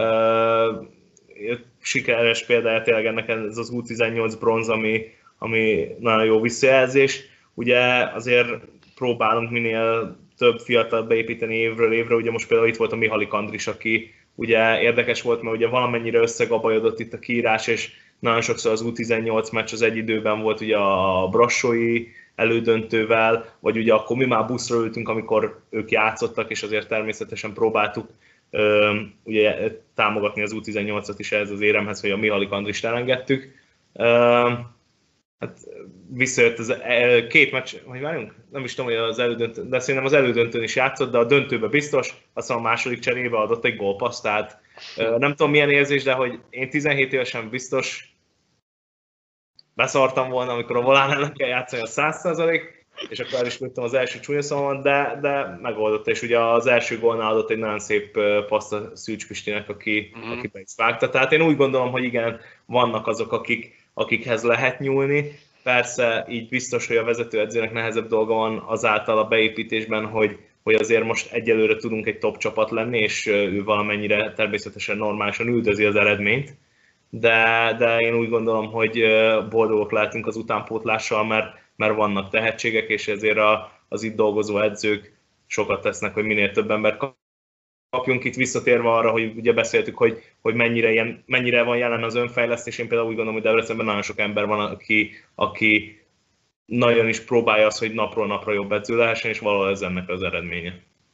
[SPEAKER 2] Sikeres példája tényleg ennek ez az U18 bronz, ami nagyon jó visszajelzés. Ugye azért próbálunk minél több fiatal beépíteni évről évre, ugye most például itt volt a Mihalik Andris, aki ugye érdekes volt, mert ugye valamennyire összegabajodott itt a kiírás, és nagyon sokszor az U18 meccs az egy időben volt ugye a brassói elődöntővel, vagy ugye akkor mi már buszra ültünk, amikor ők játszottak, és azért természetesen próbáltuk ugye támogatni az U18-at is ehhez az éremhez, hogy a Mihalik Andrist elengedtük. Hát visszajött az 2 meccs, hogy várjunk? Nem is tudom, hogy az elődöntő, de szerintem az elődöntőn is játszott, de a döntőbe biztos, aztán a második cserébe adott egy gólpaszt, tehát nem tudom milyen érzés, de hogy én 17 évesen biztos beszartam volna, amikor a volán ellen kell játszani a 100%, és akkor el is lőttem az első csúnya szavamat, de megoldotta, és ugye az első gólnál adott egy nagyon szép paszt a Szűcs Pistinek, aki be is vágta. Tehát én úgy gondolom, hogy igen, vannak azok, akikhez lehet nyúlni. Persze így biztos, hogy a vezetőedzőnek nehezebb dolga van azáltal a beépítésben, hogy azért most egyelőre tudunk egy top csapat lenni, és ő valamennyire természetesen normálisan üldözi az eredményt. De én úgy gondolom, hogy boldogok lehetünk az utánpótlással, mert vannak tehetségek, és ezért az itt dolgozó edzők sokat tesznek, hogy minél több ember kapjunk. Itt visszatérve arra, hogy ugye beszéltük, hogy mennyire van jelen az önfejlesztés. Én például úgy gondolom, hogy Debrecenben nagyon sok ember van, aki nagyon is próbálja azt, hogy napról napra jobb edző lehessen, és valahol ez ennek az eredménye.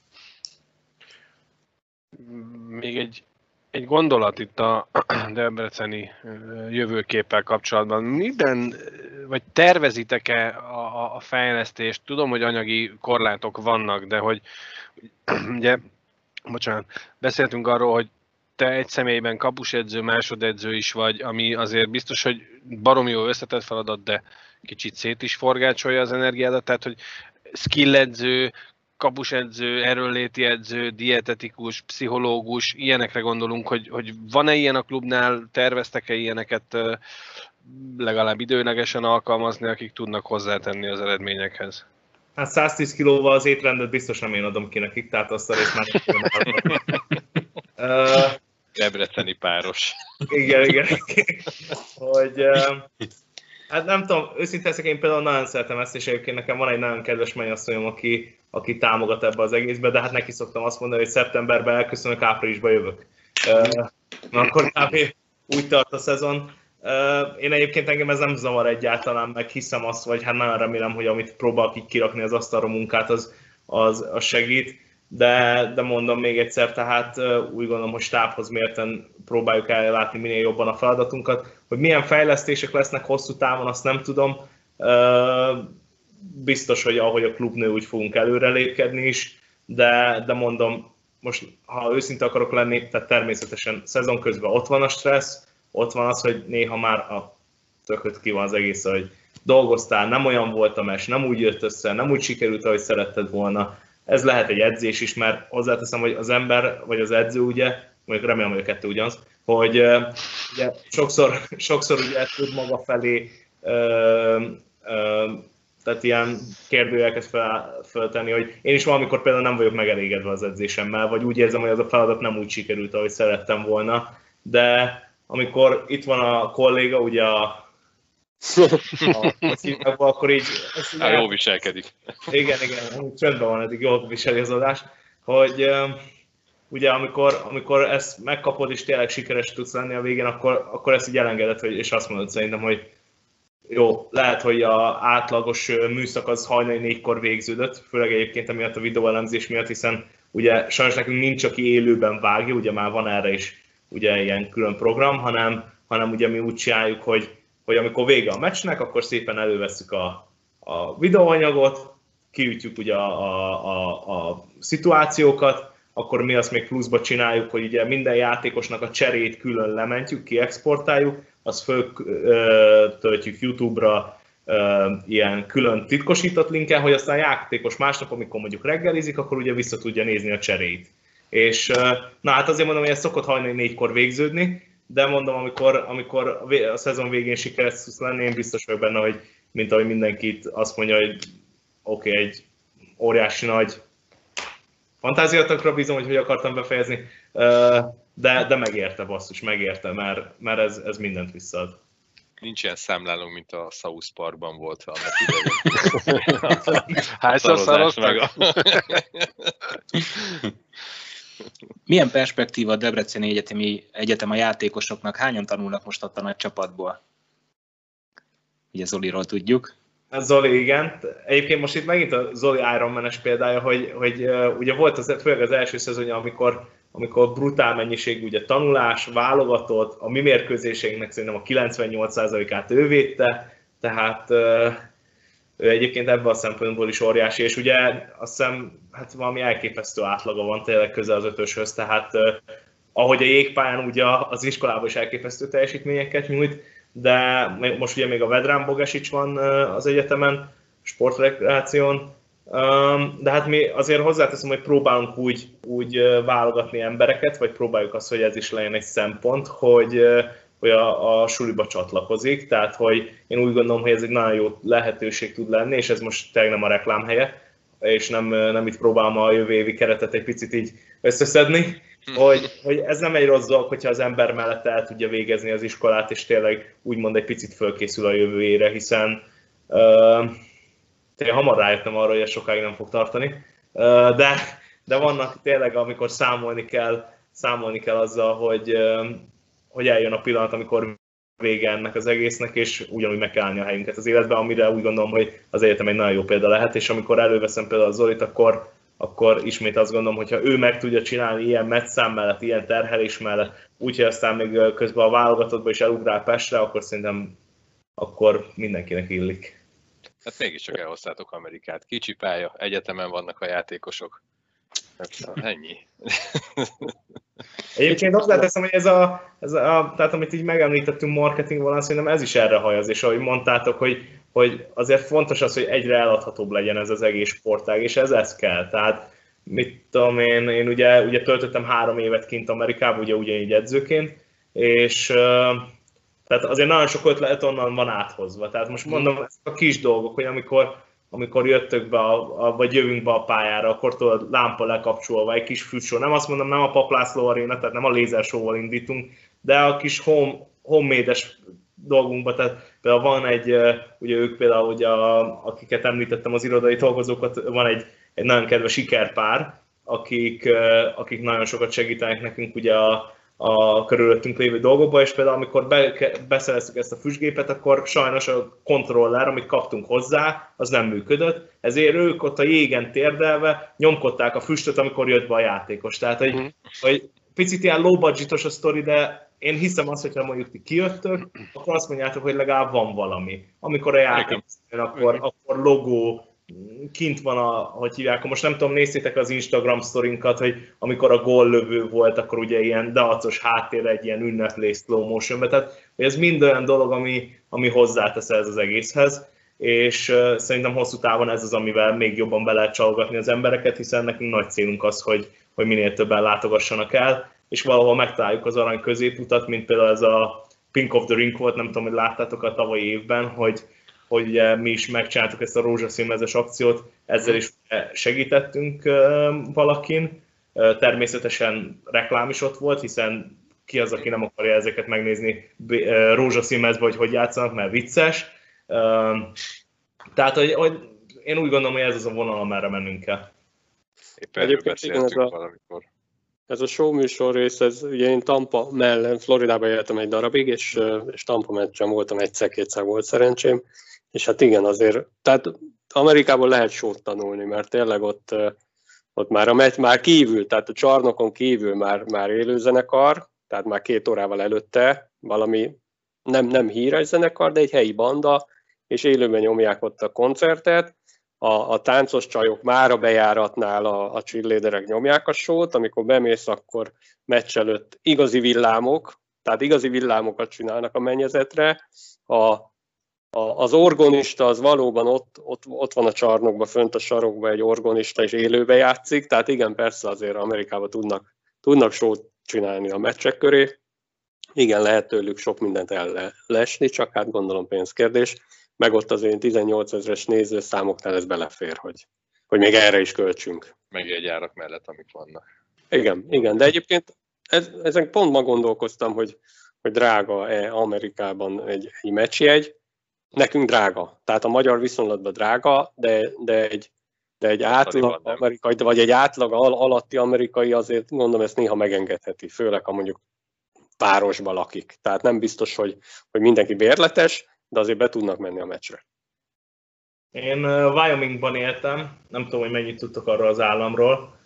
[SPEAKER 1] Még egy gondolat itt a debreceni jövőképpel kapcsolatban. Vagy tervezitek-e a fejlesztést? Tudom, hogy anyagi korlátok vannak, de hogy ugye, beszéltünk arról, hogy te egy személyben kapusedző, másodedző is vagy, ami azért biztos, hogy baromi jó összetett feladat, de kicsit szét is forgácsolja az energiádat, tehát hogy skilledző, kapusedző, erőnléti edző, dietetikus, pszichológus, ilyenekre gondolunk, hogy van-e ilyen a klubnál, terveztek-e ilyeneket legalább időlegesen alkalmazni, akik tudnak hozzátenni az eredményekhez?
[SPEAKER 2] Hát 110 kilóval az étrendet biztos nem én adom ki nekik, tehát azt a részt már nem tudom.
[SPEAKER 5] Debreceni páros.
[SPEAKER 2] Igen. Hogy, hát nem tudom, őszintén leszek, én például nagyon szeretem ezt, és egyébként nekem van egy nagyon kedves mennyasszonyom, aki támogat ebbe az egészbe, de hát neki szoktam azt mondani, hogy szeptemberben elköszönök, áprilisban jövök. Na, akkor kb. Úgy tart a szezon. Én egyébként engem ez nem zavar egyáltalán, meg hiszem azt, vagy hát nagyon remélem, hogy amit próbálok így kirakni az asztalra munkát, az segít. De mondom még egyszer, tehát úgy gondolom, hogy stábhoz mérten próbáljuk ellátni minél jobban a feladatunkat. Hogy milyen fejlesztések lesznek hosszú távon, azt nem tudom. Biztos, hogy ahogy a klub nő, úgy fogunk előrelépkedni is, de mondom, most ha őszinte akarok lenni, tehát természetesen szezon közben ott van a stressz, ott van az, hogy néha már a tököt ki van az egész, hogy dolgoztál, nem olyan volt a mes, nem úgy jött össze, nem úgy sikerült, ahogy szeretted volna. Ez lehet egy edzés is, mert hozzáteszem, hogy az ember, vagy az edző, ugye, mondjuk remélem, hogy a kettő ugyanaz, hogy ugye, sokszor ugye tud maga felé tehát ilyen kérdőjeleket feltenni, hogy én is valamikor például nem vagyok megelégedve az edzésemmel, vagy úgy érzem, hogy az a feladat nem úgy sikerült, ahogy szerettem volna, de amikor itt van a kolléga, ugye a szívekben, akkor így...
[SPEAKER 5] Jól viselkedik.
[SPEAKER 2] Igen, csöndben van, eddig jól viseli az adás, hogy ugye amikor ezt megkapod és tényleg sikeres tudsz lenni a végén, akkor ezt így elengedett, és azt mondod szerintem, hogy jó, lehet, hogy az átlagos műszak az hajnali 4-kor végződött, főleg egyébként emiatt a videóelemzés miatt, hiszen ugye sajnos nekünk nincs, aki élőben vágja, ugye már van erre is ugye ilyen külön program, hanem ugye mi úgy csináljuk, hogy amikor vége a meccsnek, akkor szépen elővesszük a videóanyagot, kiütjük ugye a szituációkat, akkor mi azt még pluszba csináljuk, hogy ugye minden játékosnak a cserét külön lementjük, kiexportáljuk, azt föltöltjük YouTube-ra ilyen külön titkosított linken, hogy aztán a játékos másnap, amikor mondjuk reggelizik, akkor ugye vissza tudja nézni a cserét. És na hát azért mondom, hogy ez szokott hajnali 4-kor végződni, de mondom, amikor a szezon végén sikeres tudsz lenni, én biztos vagyok benne, hogy mint ahogy mindenkit azt mondja, hogy oké, egy óriási nagy fantáziatokra bízom, hogy akartam befejezni, de megérte, basszus, megérte, mert ez mindent visszaad.
[SPEAKER 5] Nincs ilyen számláló, mint a South Parkban volt annak idején.
[SPEAKER 1] Hányszor szaroztak?
[SPEAKER 3] Milyen perspektíva a Debreceni Egyetem a játékosoknak? Hányan tanulnak most ott a nagy csapatból? Ugye Zoliról tudjuk.
[SPEAKER 2] Zoli, igen. Egyébként most itt megint a Zoli Ironman-es példája, hogy ugye volt főleg az első szezonja, amikor brutál mennyiség ugye tanulás, válogatott, a mi mérkőzéseinknek szerintem a 98%-át ő védte, tehát ő egyébként ebben a szempontból is óriási, és ugye azt hiszem, hát valami elképesztő átlaga van, tényleg közel az 5-öshöz, tehát ahogy a jégpályán ugye az iskolában is elképesztő teljesítményeket nyújt, de most ugye még a Vedrán Bogesics van az egyetemen, sportrekreáción, de hát mi azért hozzáteszem, hogy próbálunk úgy válogatni embereket, vagy próbáljuk azt, hogy ez is legyen egy szempont, hogy a suliba csatlakozik, tehát hogy én úgy gondolom, hogy ez egy nagyon jó lehetőség tud lenni, és ez most tényleg nem a reklám helye, és nem itt próbálom a jövő évi keretet egy picit így összeszedni, hogy ez nem egy rossz dolog, hogyha az ember mellett el tudja végezni az iskolát, és tényleg úgymond egy picit fölkészül a jövőjére, hiszen tényleg hamar rájöttem arra, hogy ez sokáig nem fog tartani, de vannak tényleg, amikor számolni kell azzal, hogy eljön a pillanat, amikor vége ennek az egésznek, és ugyanúgy meg kell állni a helyünket az életben, amire úgy gondolom, hogy az egyetem egy nagyon jó példa lehet, és amikor előveszem például a Zolit, akkor ismét azt gondolom, hogy ha ő meg tudja csinálni ilyen meccszám mellett, ilyen terhelés mellett, úgyhogy aztán még közben a válogatottba is elugrál Pestre, akkor szerintem akkor mindenkinek illik.
[SPEAKER 5] Hát mégiscsak elhoztátok Amerikát. Kicsi pálya, egyetemen vannak a játékosok. Ennyi.
[SPEAKER 2] Egyébként hozzáteszem, hogy ez tehát amit így megemlítettünk marketing volna, szerintem ez is erre hajaz, és ahogy mondtátok, hogy azért fontos az, hogy egyre eladhatóbb legyen ez az egész sportág, és ez kell. Tehát mit tudom én ugye töltöttem 3 évet kint Amerikában, ugye ugyanígy edzőként, és tehát azért nagyon sok ötlet onnan van áthozva. Tehát most mondom, ezek a kis dolgok, hogy amikor jöttök be, vagy jövünk be a pályára, akkor tudod, lámpa lekapcsolva, egy kis fűsor. Nem azt mondom, nem a Pap László Aréna, tehát nem a lézershow-val indítunk, de a kis homemade-es dolgunkban, tehát például van ugye ők például, ugye akiket említettem, az irodai dolgozókat, van egy nagyon kedves ikerpár, akik nagyon sokat segítenek nekünk ugye a körülöttünk lévő dolgokba, és például amikor beszereztük ezt a füstgépet, akkor sajnos a kontroller, amit kaptunk hozzá, az nem működött, ezért ők ott a jégen térdelve nyomkodták a füstöt, amikor jött be a játékos. Tehát, hogy picit ilyen low budgetos a sztori, de én hiszem azt, hogyha mondjuk ti kijöttök, akkor azt mondjátok, hogy legalább van valami. Amikor a játék jön, akkor logó, kint van hogy hívják, most nem tudom, nézzétek az Instagram sztorinkat, hogy amikor a góllövő volt, akkor ugye ilyen dacos háttér egy ilyen ünneplés slow motionbe, tehát hogy ez mind olyan dolog, ami hozzátesz ez az egészhez, és szerintem hosszú távon ez az, amivel még jobban be lehet csalogatni az embereket, hiszen nekünk nagy célunk az, hogy minél többen látogassanak el, és valahol megtaláljuk az arany középutat, mint például ez a Pink of the Ring volt, nem tudom, hogy láttátok a tavalyi évben, hogy ugye mi is megcsináltuk ezt a rózsaszínmezes akciót, ezzel is segítettünk valakin. Természetesen reklám is ott volt, hiszen ki az, aki nem akarja ezeket megnézni rózsaszínmezbe, hogy játszanak, mert vicces. Tehát, hogy én úgy gondolom, hogy ez az a vonal, amerre mennünk kell.
[SPEAKER 5] Éppen erről beszéltünk valamikor.
[SPEAKER 4] Ez a show műsor rész, ugye én Tampa mellett, Floridában éltem egy darabig, és Tampa meccsen voltam egyszer-kétszer volt szerencsém, és hát igen, azért, tehát Amerikában lehet show-t tanulni, mert tényleg ott már a meccs már kívül, tehát a csarnokon kívül már élőzenekar, tehát már 2 órával előtte valami nem híres zenekar, de egy helyi banda, és élőben nyomják ott a koncertet. A táncos csajok már a bejáratnál a cheerleaderek nyomják a show-t, amikor bemész, akkor meccs előtt igazi villámok, tehát igazi villámokat csinálnak a mennyezetre. Az orgonista az valóban ott van a csarnokban, fönt a sarokban egy orgonista, és élőbe játszik, tehát igen, persze azért Amerikában tudnak show-t csinálni a meccsek köré. Igen, lehet tőlük sok mindent ellesni, csak hát gondolom pénzkérdés. Meg ott az én 18 000-es nézőszámoknál ez belefér, hogy még erre is költsünk.
[SPEAKER 5] Meg egy árak mellett, amik vannak.
[SPEAKER 4] Igen, de egyébként ezen pont ma gondolkoztam, hogy drága-e Amerikában egy meccsjegy. Nekünk drága. Tehát a magyar viszonylatban drága, de egy átlag amerikai, vagy egy átlag alatti amerikai azért gondolom ezt néha megengedheti, főleg ha mondjuk városban lakik. Tehát nem biztos, hogy mindenki bérletes, de azért be tudnak menni a meccsre.
[SPEAKER 2] Én Wyomingban éltem, nem tudom, hogy mennyit tudtok arról az államról.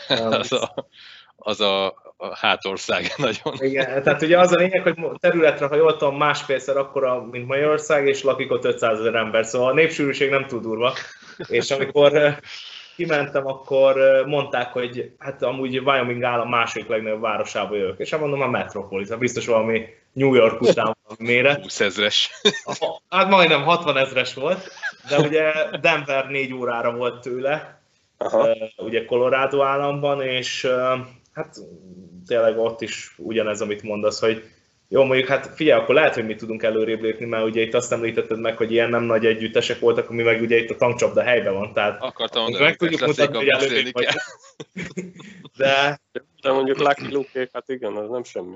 [SPEAKER 5] az a hátország nagyon.
[SPEAKER 2] Igen, tehát ugye az a lényeg, hogy területre, ha jól tudom, másfélszer akkora, mint Magyarország, és lakik ott 500 000 ember, szóval a népsűrűség nem túl durva. És amikor kimentem, akkor mondták, hogy hát amúgy Wyoming állam második legnagyobb városába jövök. És mondom, a Metropolis, biztos valami New York után valami méret.
[SPEAKER 5] 20 000-es.
[SPEAKER 2] Hát majdnem 60 000-es volt, de ugye Denver 4 órára volt tőle, ugye Colorado államban, és hát tényleg ott is ugyanez, amit mondasz, hogy jó, mondjuk hát figyelj, akkor lehet, hogy mi tudunk előrébb lépni, mert ugye itt azt említetted meg, hogy ilyen nem nagy együttesek voltak, ami meg ugye itt a tankcsapda helyben van, tehát
[SPEAKER 5] akartam mondani,
[SPEAKER 2] meg tudjuk mutatni, hogy előrébb vagy. De
[SPEAKER 4] mondjuk Lucky Luke-ék, hát igen, az nem semmi.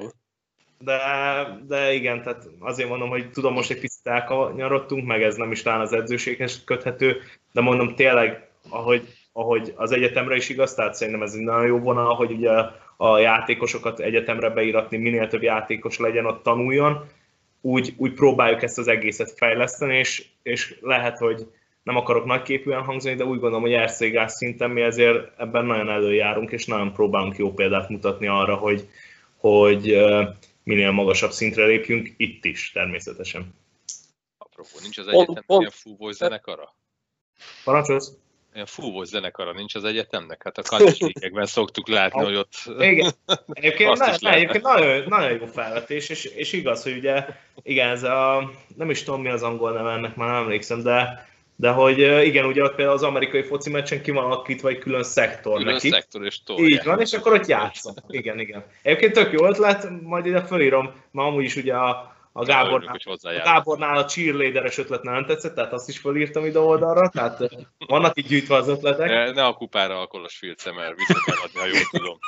[SPEAKER 2] De igen, tehát azért mondom, hogy tudom, most egy picit elkanyarodtunk, meg ez nem is talán az edzőséghez köthető, de mondom tényleg, ahogy az egyetemre is igaz, tehát szerintem ez egy nagyon jó vonal, hogy ugye a játékosokat egyetemre beíratni, minél több játékos legyen, ott tanuljon, úgy próbáljuk ezt az egészet fejleszteni, és lehet, hogy nem akarok nagyképűen hangzani, de úgy gondolom, hogy erszégás szinten mi ezért ebben nagyon előjárunk, és nagyon próbálunk jó példát mutatni arra, hogy minél magasabb szintre lépjünk, itt is természetesen.
[SPEAKER 5] Apropó, nincs az egyetemnek ilyen fúvós zenekara?
[SPEAKER 2] Parancsolsz?
[SPEAKER 5] Olyan fúvós zenekara nincs az egyetemnek? Hát a kandiségekben szoktuk látni, hogy ott...
[SPEAKER 2] Igen, egyébként nagyon jó felvetés, és igaz, hogy ugye, igen, ez nem is tudom mi az angol neve ennek, már nem emlékszem, de hogy igen, ugye ott például az amerikai foci meccsen ki van alakítva egy külön szektor
[SPEAKER 5] külön
[SPEAKER 2] neki.
[SPEAKER 5] Szektor és tolják.
[SPEAKER 2] Így van, és akkor ott játszanak. Igen. Egyébként tök jó ötlet, majd ide fölírom, mert amúgy is ugye a Gábornál a cheerleaderes ötlet nem tetszett, tehát azt is fölírtam ide oldalra, tehát vannak így gyűjtve az ötletek.
[SPEAKER 5] Ne a kupára a kolos filce, mert vissza kell adni, ha jól tudom.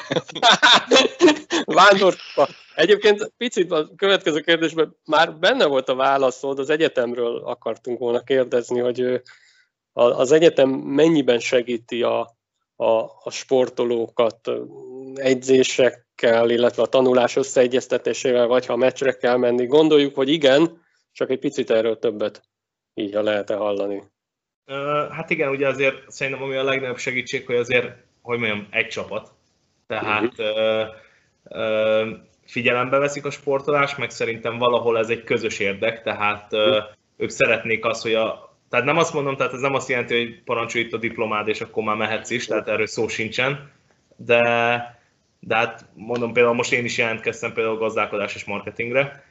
[SPEAKER 4] Vándorkupa. Egyébként picit a következő kérdésben már benne volt a válaszod, az egyetemről akartunk volna kérdezni, hogy az egyetem mennyiben segíti a sportolókat edzések meccseinkkel, illetve a tanulás összeegyeztetésével, vagy ha meccsre kell menni. Gondoljuk, hogy igen, csak egy picit erről többet így, ha lehet-e hallani.
[SPEAKER 2] Hát igen, ugye azért szerintem ami a legnagyobb segítség, hogy azért, hogy mondjam, egy csapat. Tehát figyelembe veszik a sportolást, meg szerintem valahol ez egy közös érdek, tehát ők szeretnék azt, hogy tehát nem azt mondom, tehát ez nem azt jelenti, hogy parancsolj itt a diplomád, és akkor már mehetsz is, tehát erről szó sincsen, de hát mondom például most én is jelentkeztem például gazdálkodás és marketingre,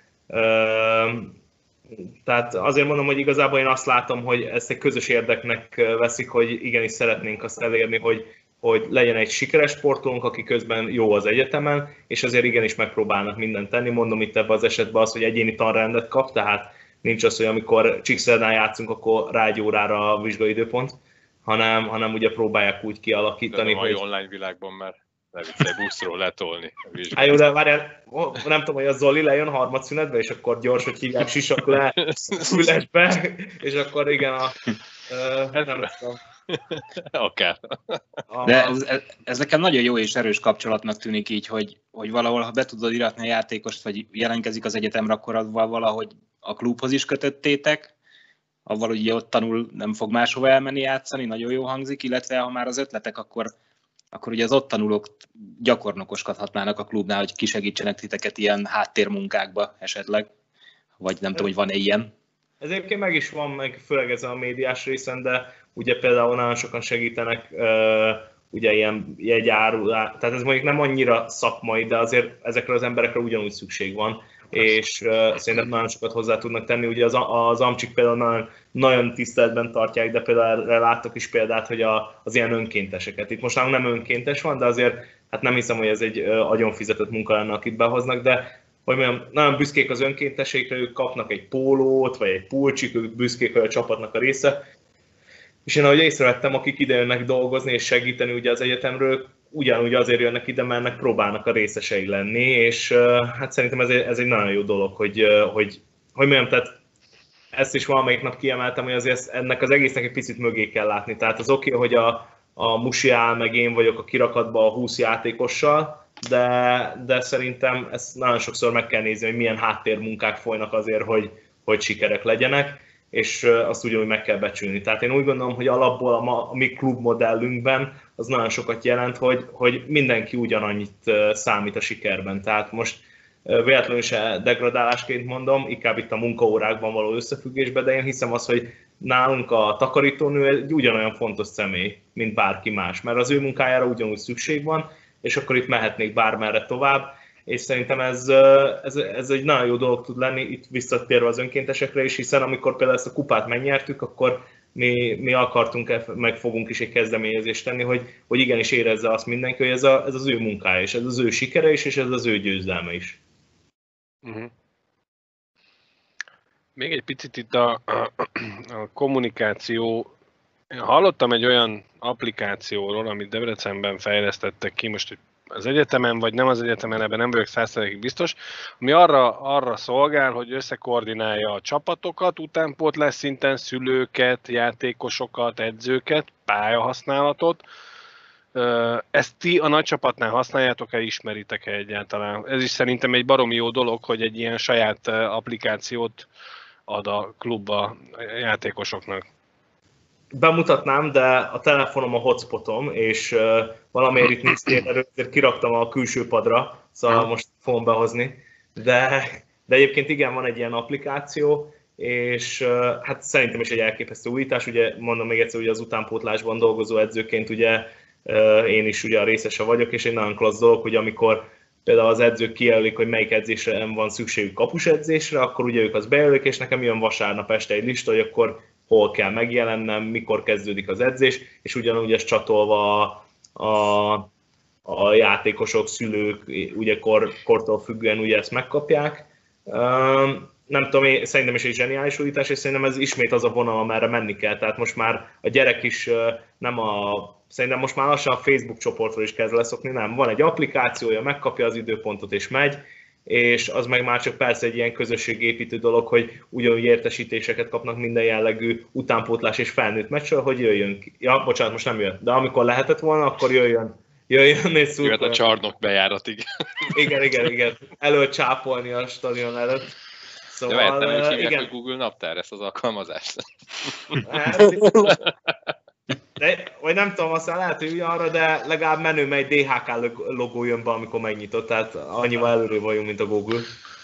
[SPEAKER 2] tehát azért mondom, hogy igazából én azt látom, hogy ezt egy közös érdeknek veszik, hogy igenis szeretnénk azt elérni, hogy legyen egy sikeres sportolónk, aki közben jó az egyetemen, és azért igenis megpróbálnak mindent tenni. Mondom itt ebben az esetben azt, hogy egyéni tanrendet kap, tehát nincs az, hogy amikor Csíkszerdán játszunk, akkor rá egy órára a vizsgaidőpont, hanem ugye próbálják úgy kialakítani,
[SPEAKER 5] hogy... a online világban már ne viccelj, buszról letolni a vizsgát.
[SPEAKER 2] Hát jó, de várjál, nem tudom, hogy a Zoli lejön harmadszünetbe, és akkor gyors, hogy hívják sisak le szülesbe, és akkor igen, nem tudom.
[SPEAKER 5] Akár.
[SPEAKER 3] De ez nekem nagyon jó és erős kapcsolatnak tűnik így, hogy valahol, ha be tudod iratni a játékost, vagy jelentkezik az egyetemre, akkor avval valahogy a klubhoz is kötöttétek, avval, hogy ott tanul, nem fog máshova elmenni játszani, nagyon jó hangzik, illetve ha már az ötletek, akkor ugye az ott tanulók gyakornokoskodhatnának a klubnál, hogy kisegítsenek titeket ilyen háttérmunkákba esetleg, vagy nem tudom, hogy van-e ilyen.
[SPEAKER 2] Ez egyébként meg is van, meg főleg ez a médiás részen, de ugye például nagyon sokan segítenek ugye ilyen jegyárulás, tehát ez mondjuk nem annyira szakmai, de azért ezekre az emberekre ugyanúgy szükség van, és szerintem nagyon sokat hozzá tudnak tenni. Ugye az amcsik például nagyon tiszteletben tartják, de például erre láttok is példát, hogy az ilyen önkénteseket. Itt most nem önkéntes van, de azért hát nem hiszem, hogy ez egy agyon fizetett munka lenne, akit behoznak, de hogy mondjam, nagyon büszkék az önkénteségre, ők kapnak egy pólót, vagy egy pulcsik, ők büszkék, hogy a csapatnak a része. És én ahogy észrevettem, akik ide jönnek dolgozni és segíteni ugye az egyetemről, ugyanúgy azért jönnek ide, mert ennek próbálnak a részesei lenni, és hát szerintem ez egy nagyon jó dolog, hogy mondjam, tehát ezt is valamelyik nap kiemeltem, hogy azért ennek az egésznek egy picit mögé kell látni. Tehát az oké, hogy a Musi áll, meg én vagyok a kirakatban a 20 játékossal, de szerintem ezt nagyon sokszor meg kell nézni, hogy milyen háttérmunkák folynak azért, hogy sikerek legyenek, és azt ugyanúgy meg kell becsülni. Tehát én úgy gondolom, hogy alapból a mi klubmodellünkben az nagyon sokat jelent, hogy mindenki ugyanannyit számít a sikerben. Tehát most véletlenül se degradálásként mondom, inkább itt a munkaórákban való összefüggésben, de én hiszem azt, hogy nálunk a takarítónő egy ugyanolyan fontos személy, mint bárki más, mert az ő munkájára ugyanúgy szükség van, és akkor itt mehetnék bármerre tovább, és szerintem ez egy nagyon jó dolog tud lenni, itt visszatérve az önkéntesekre is, hiszen amikor például ezt a kupát megnyertük, akkor mi akartunk, meg fogunk is egy kezdeményezést tenni, hogy igenis érezze azt mindenki, hogy ez az ő munkája, és ez az ő sikere is, és ez az ő győzelme is.
[SPEAKER 1] Uh-huh. Még egy picit itt a kommunikáció. Én hallottam egy olyan applikációról, amit Debrecenben fejlesztettek ki, most az egyetemen, vagy nem az egyetemen, ebben nem vagyok 100%-ig biztos, ami arra szolgál, hogy összekoordinálja a csapatokat, utánpótlás szinten szülőket, játékosokat, edzőket, pályahasználatot. Ezt ti a nagy csapatnál használjátok-e, ismeritek-e egyáltalán? Ez is szerintem egy baromi jó dolog, hogy egy ilyen saját applikációt ad a klub a játékosoknak.
[SPEAKER 2] Bemutatnám, de a telefonom a hotspotom, és valamiért itt nincs térerő, ezért kiraktam a külső padra, szóval most fogom behozni. De egyébként igen, van egy ilyen applikáció, és hát szerintem is egy elképesztő újítás. Ugye mondom még egyszer, hogy az utánpótlásban dolgozó edzőként ugye én is ugye a részese vagyok, és egy nagyon klassz dolog, hogy amikor például az edzők kijelölik, hogy melyik edzésre van szükségük kapusedzésre, akkor ugye ők azt bejelölik, és nekem jön vasárnap este egy lista, hogy akkor hol kell megjelennem, mikor kezdődik az edzés, és ugyanúgy ezt csatolva a játékosok, szülők, ugye kortól függően ugye ezt megkapják. Nem tudom, szerintem is egy zseniális újítás, és szerintem ez ismét az a vonal, amerre menni kell. Tehát most már a gyerek is szerintem most már lassan a Facebook csoportról is kezd leszokni, nem. Van egy applikációja, megkapja az időpontot és megy, és az meg már csak persze egy ilyen közösségépítő dolog, hogy ugyanúgy értesítéseket kapnak minden jellegű utánpótlás és felnőtt meccsről, hogy jöjjön ki. Ja, bocsánat, most nem jött, de amikor lehetett volna, akkor jöjjön jöjjön és
[SPEAKER 5] Jöhet
[SPEAKER 2] szurkoljon.
[SPEAKER 5] a csarnok bejáratig.
[SPEAKER 2] Igen. Előcsápolni a stadion előtt.
[SPEAKER 5] Szóval, de lehet, nem is hívják,
[SPEAKER 2] igen.
[SPEAKER 5] hogy Google naptár ezt az alkalmazást.
[SPEAKER 2] Vagy nem tudom, aztán lehet, hogy ugyanarra, de legalább menő, mely DHK logó jön be, amikor megnyitott, tehát annyival előrébb vagyunk, mint a Google.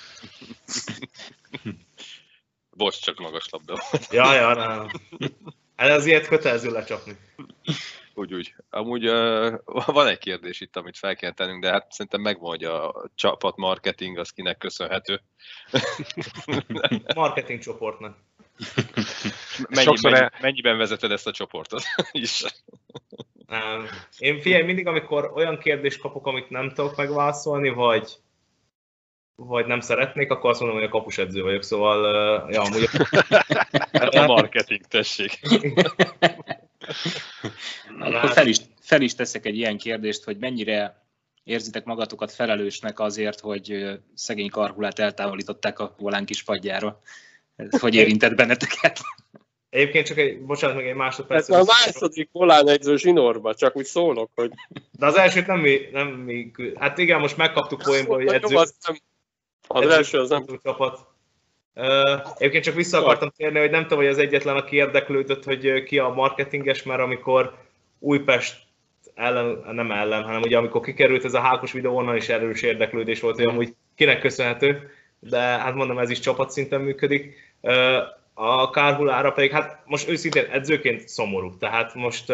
[SPEAKER 5] Bocs, csak magas labda.
[SPEAKER 2] Ja, nem. Hát az ilyet kötelező lecsapni.
[SPEAKER 5] Úgy. Amúgy van egy kérdés itt, amit fel kell tennünk, de hát szerintem megvan, hogy a csapat marketing az kinek köszönhető.
[SPEAKER 2] Marketing csoportnak.
[SPEAKER 5] Mennyiben vezeted ezt a csoportot is?
[SPEAKER 2] Én figyelj, mindig, amikor olyan kérdést kapok, amit nem tudok megválaszolni, vagy nem szeretnék, akkor azt mondom, hogy a kapusedző vagyok, szóval ja, amúgy...
[SPEAKER 5] A marketing, tessék.
[SPEAKER 3] Akkor fel is teszek egy ilyen kérdést, hogy mennyire érzitek magatokat felelősnek azért, hogy szegény Karhulát eltávolították a volán kis padjára. Hogy érintett benneteket?
[SPEAKER 2] Egyébként csak bocsánat, meg egy másodperc.
[SPEAKER 4] Ez a második volán egyző zsinórba, csak úgy szólok, hogy...
[SPEAKER 2] De az elsőt nem mi hát igen, most megkaptuk poénból, hogy edző.
[SPEAKER 4] Az első az nem...
[SPEAKER 2] Csapat. Egyébként csak vissza akartam térni, hogy nem tudom, hogy az egyetlen, aki érdeklődött, hogy ki a marketinges, mert amikor Újpest nem ellen, hanem ugye amikor kikerült ez a Hákos videó, onnan is erős érdeklődés volt, hogy amúgy kinek köszönhető, de hát mondom, ez is csapatszinten működik. A Karhulára pedig, hát most őszintén edzőként szomorú, tehát most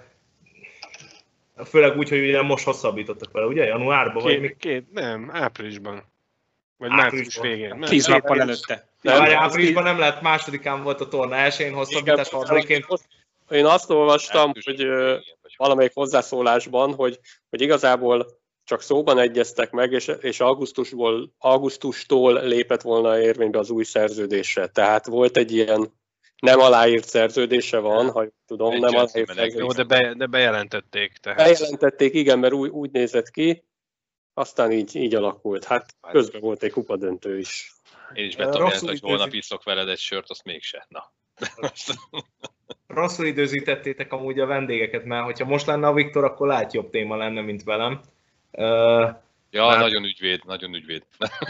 [SPEAKER 2] főleg úgy, hogy ugye most hosszabbítottak vele, ugye? Januárban?
[SPEAKER 1] Nem, áprilisban. Vagy március végén.
[SPEAKER 3] 10 nappal előtte.
[SPEAKER 2] Áprilisban nem lehet, másodikán volt a torna, elsőjén hosszabbítás, harmadikén.
[SPEAKER 4] Én azt olvastam, hogy valamelyik hozzászólásban, hogy igazából csak szóban egyeztek meg, és augusztustól lépett volna érvénybe az új szerződésre. Tehát volt egy ilyen nem aláírt szerződése van, ha tudom, nem aláírt szerződése.
[SPEAKER 1] Jó, de bejelentették. Tehát.
[SPEAKER 4] Bejelentették, igen, mert úgy nézett ki, aztán így alakult. Hát közben volt egy kupadöntő is.
[SPEAKER 5] Én is be tudom jelenteni, hogy holnap iszok veled egy sört, azt mégse. Na.
[SPEAKER 2] Rosszul időzítettétek amúgy a vendégeket, mert hogyha most lenne a Viktor, akkor lehet jobb téma lenne, mint velem.
[SPEAKER 5] Mert... nagyon ügyvéd.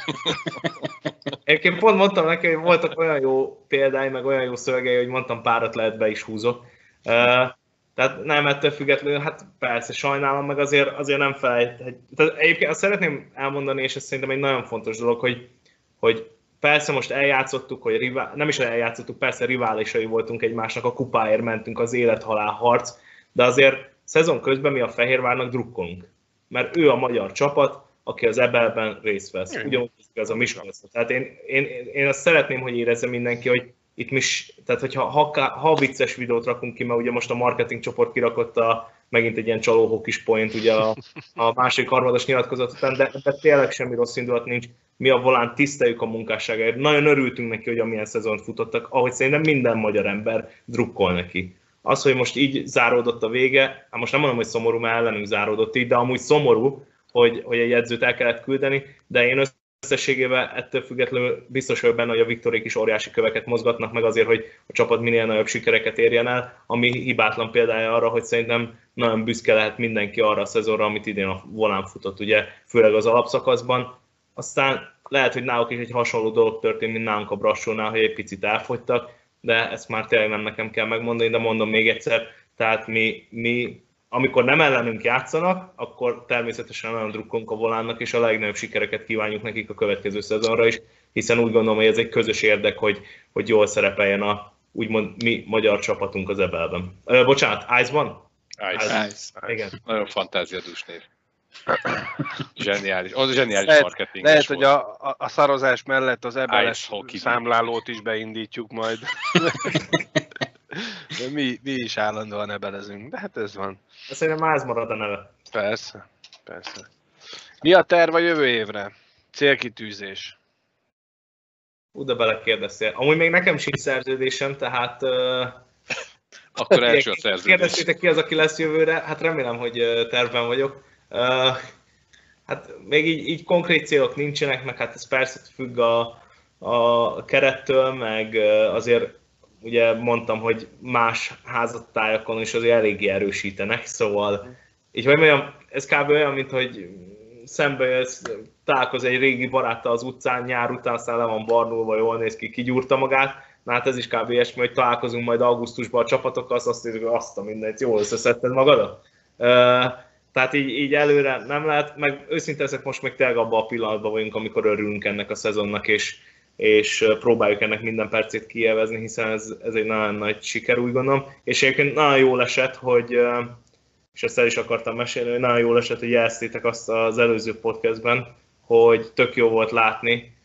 [SPEAKER 2] Egyébként pont mondtam neki, hogy voltak olyan jó példái, meg olyan jó szövegei, hogy mondtam, párat lehet be is húzok. Tehát nem ettől függetlenül, hát persze sajnálom, meg azért nem felejthet. Egyébként azt szeretném elmondani, és ez szerintem egy nagyon fontos dolog, hogy persze most eljátszottuk, hogy nem is eljátszottuk, persze riválisai voltunk egymásnak, a kupáért mentünk, az élet-halál harc, de azért szezon közben mi a Fehérvárnak drukkolunk. Mert ő a magyar csapat, aki az EBL-ben részt vesz. Ugyanúgy ez a Miskolc. Tehát én azt szeretném, hogy érezze mindenki, hogy itt tehát hogyha ha vicces videót rakunk ki, mert ugye most a marketing csoport kirakott megint egy ilyen csalóhó kis point ugye a másik harmados nyilatkozat után, de tényleg semmi rossz indulat nincs. Mi a volán tiszteljük a munkásságáért. Nagyon örültünk neki, hogy amilyen szezont futottak, ahogy szerintem minden magyar ember drukkol neki. Az, hogy most így záródott a vége, hát most nem mondom, hogy szomorú, mert ellenünk záródott így, de amúgy szomorú, hogy egy edzőt el kellett küldeni, de én összességében ettől függetlenül biztos vagyok benne, hogy a Viktorék is óriási köveket mozgatnak meg azért, hogy a csapat minél nagyobb sikereket érjen el, ami hibátlan példája arra, hogy szerintem nagyon büszke lehet mindenki arra a szezonra, amit idén a volán futott, ugye, főleg az alapszakaszban. Aztán lehet, hogy náluk is egy hasonló dolog történt, mint nálunk a Brassónál, hogy egy picit elfogytak, de ezt már tényleg nem nekem kell megmondani, de mondom még egyszer, tehát mi amikor nem ellenünk játszanak, akkor természetesen nagyon drukkolunk a volánnak, és a legnagyobb sikereket kívánjuk nekik a következő szezonra is, hiszen úgy gondolom, hogy ez egy közös érdek, hogy jól szerepeljen a úgymond mi magyar csapatunk az EBL-ben. Bocsánat, Ice-ban?
[SPEAKER 5] Ice.
[SPEAKER 2] Igen.
[SPEAKER 5] Nagyon fantáziadús név. Zseniális. Az zseniális marketing.
[SPEAKER 1] Lehet, hogy a szarozás mellett az EBL-es számlálót is beindítjuk majd. De mi is állandóan ebelezünk, de hát ez van.
[SPEAKER 2] Szerintem máz marad a neve.
[SPEAKER 1] Persze. Mi a terv a jövő évre? Célkitűzés?
[SPEAKER 2] De belekérdeztél. Amúgy még nekem sincs szerződésem, tehát...
[SPEAKER 5] Akkor első a szerződés.
[SPEAKER 2] Kérdeztétek ki az, aki lesz jövőre? Hát remélem, hogy tervben vagyok. Hát még így konkrét célok nincsenek, meg hát ez persze függ a kerettől, meg azért ugye mondtam, hogy más házattájakon is azért eléggé erősítenek, szóval így hogy mondjam, ez kb. Olyan, mint hogy szembe jössz, találkoz egy régi baráttal az utcán nyár után, aztán le van barnulva, jól néz ki, kigyúrta magát. Na hát ez is kb. Ilyesmi, hogy találkozunk majd augusztusban a csapatokkal, azt nézzük, hogy azt a mindent, jól összeszedted magadat. Tehát így előre nem lehet, meg őszintén ezek most még tényleg abban a pillanatban vagyunk, amikor örülünk ennek a szezonnak, és próbáljuk ennek minden percét kielvezni, hiszen ez egy nagyon nagy siker, úgy gondolom. És egyébként nagyon jól esett, hogy, és ezt el is akartam mesélni, hogy nagyon jól esett, hogy jeleztétek azt az előző podcastben, hogy tök jó volt látni,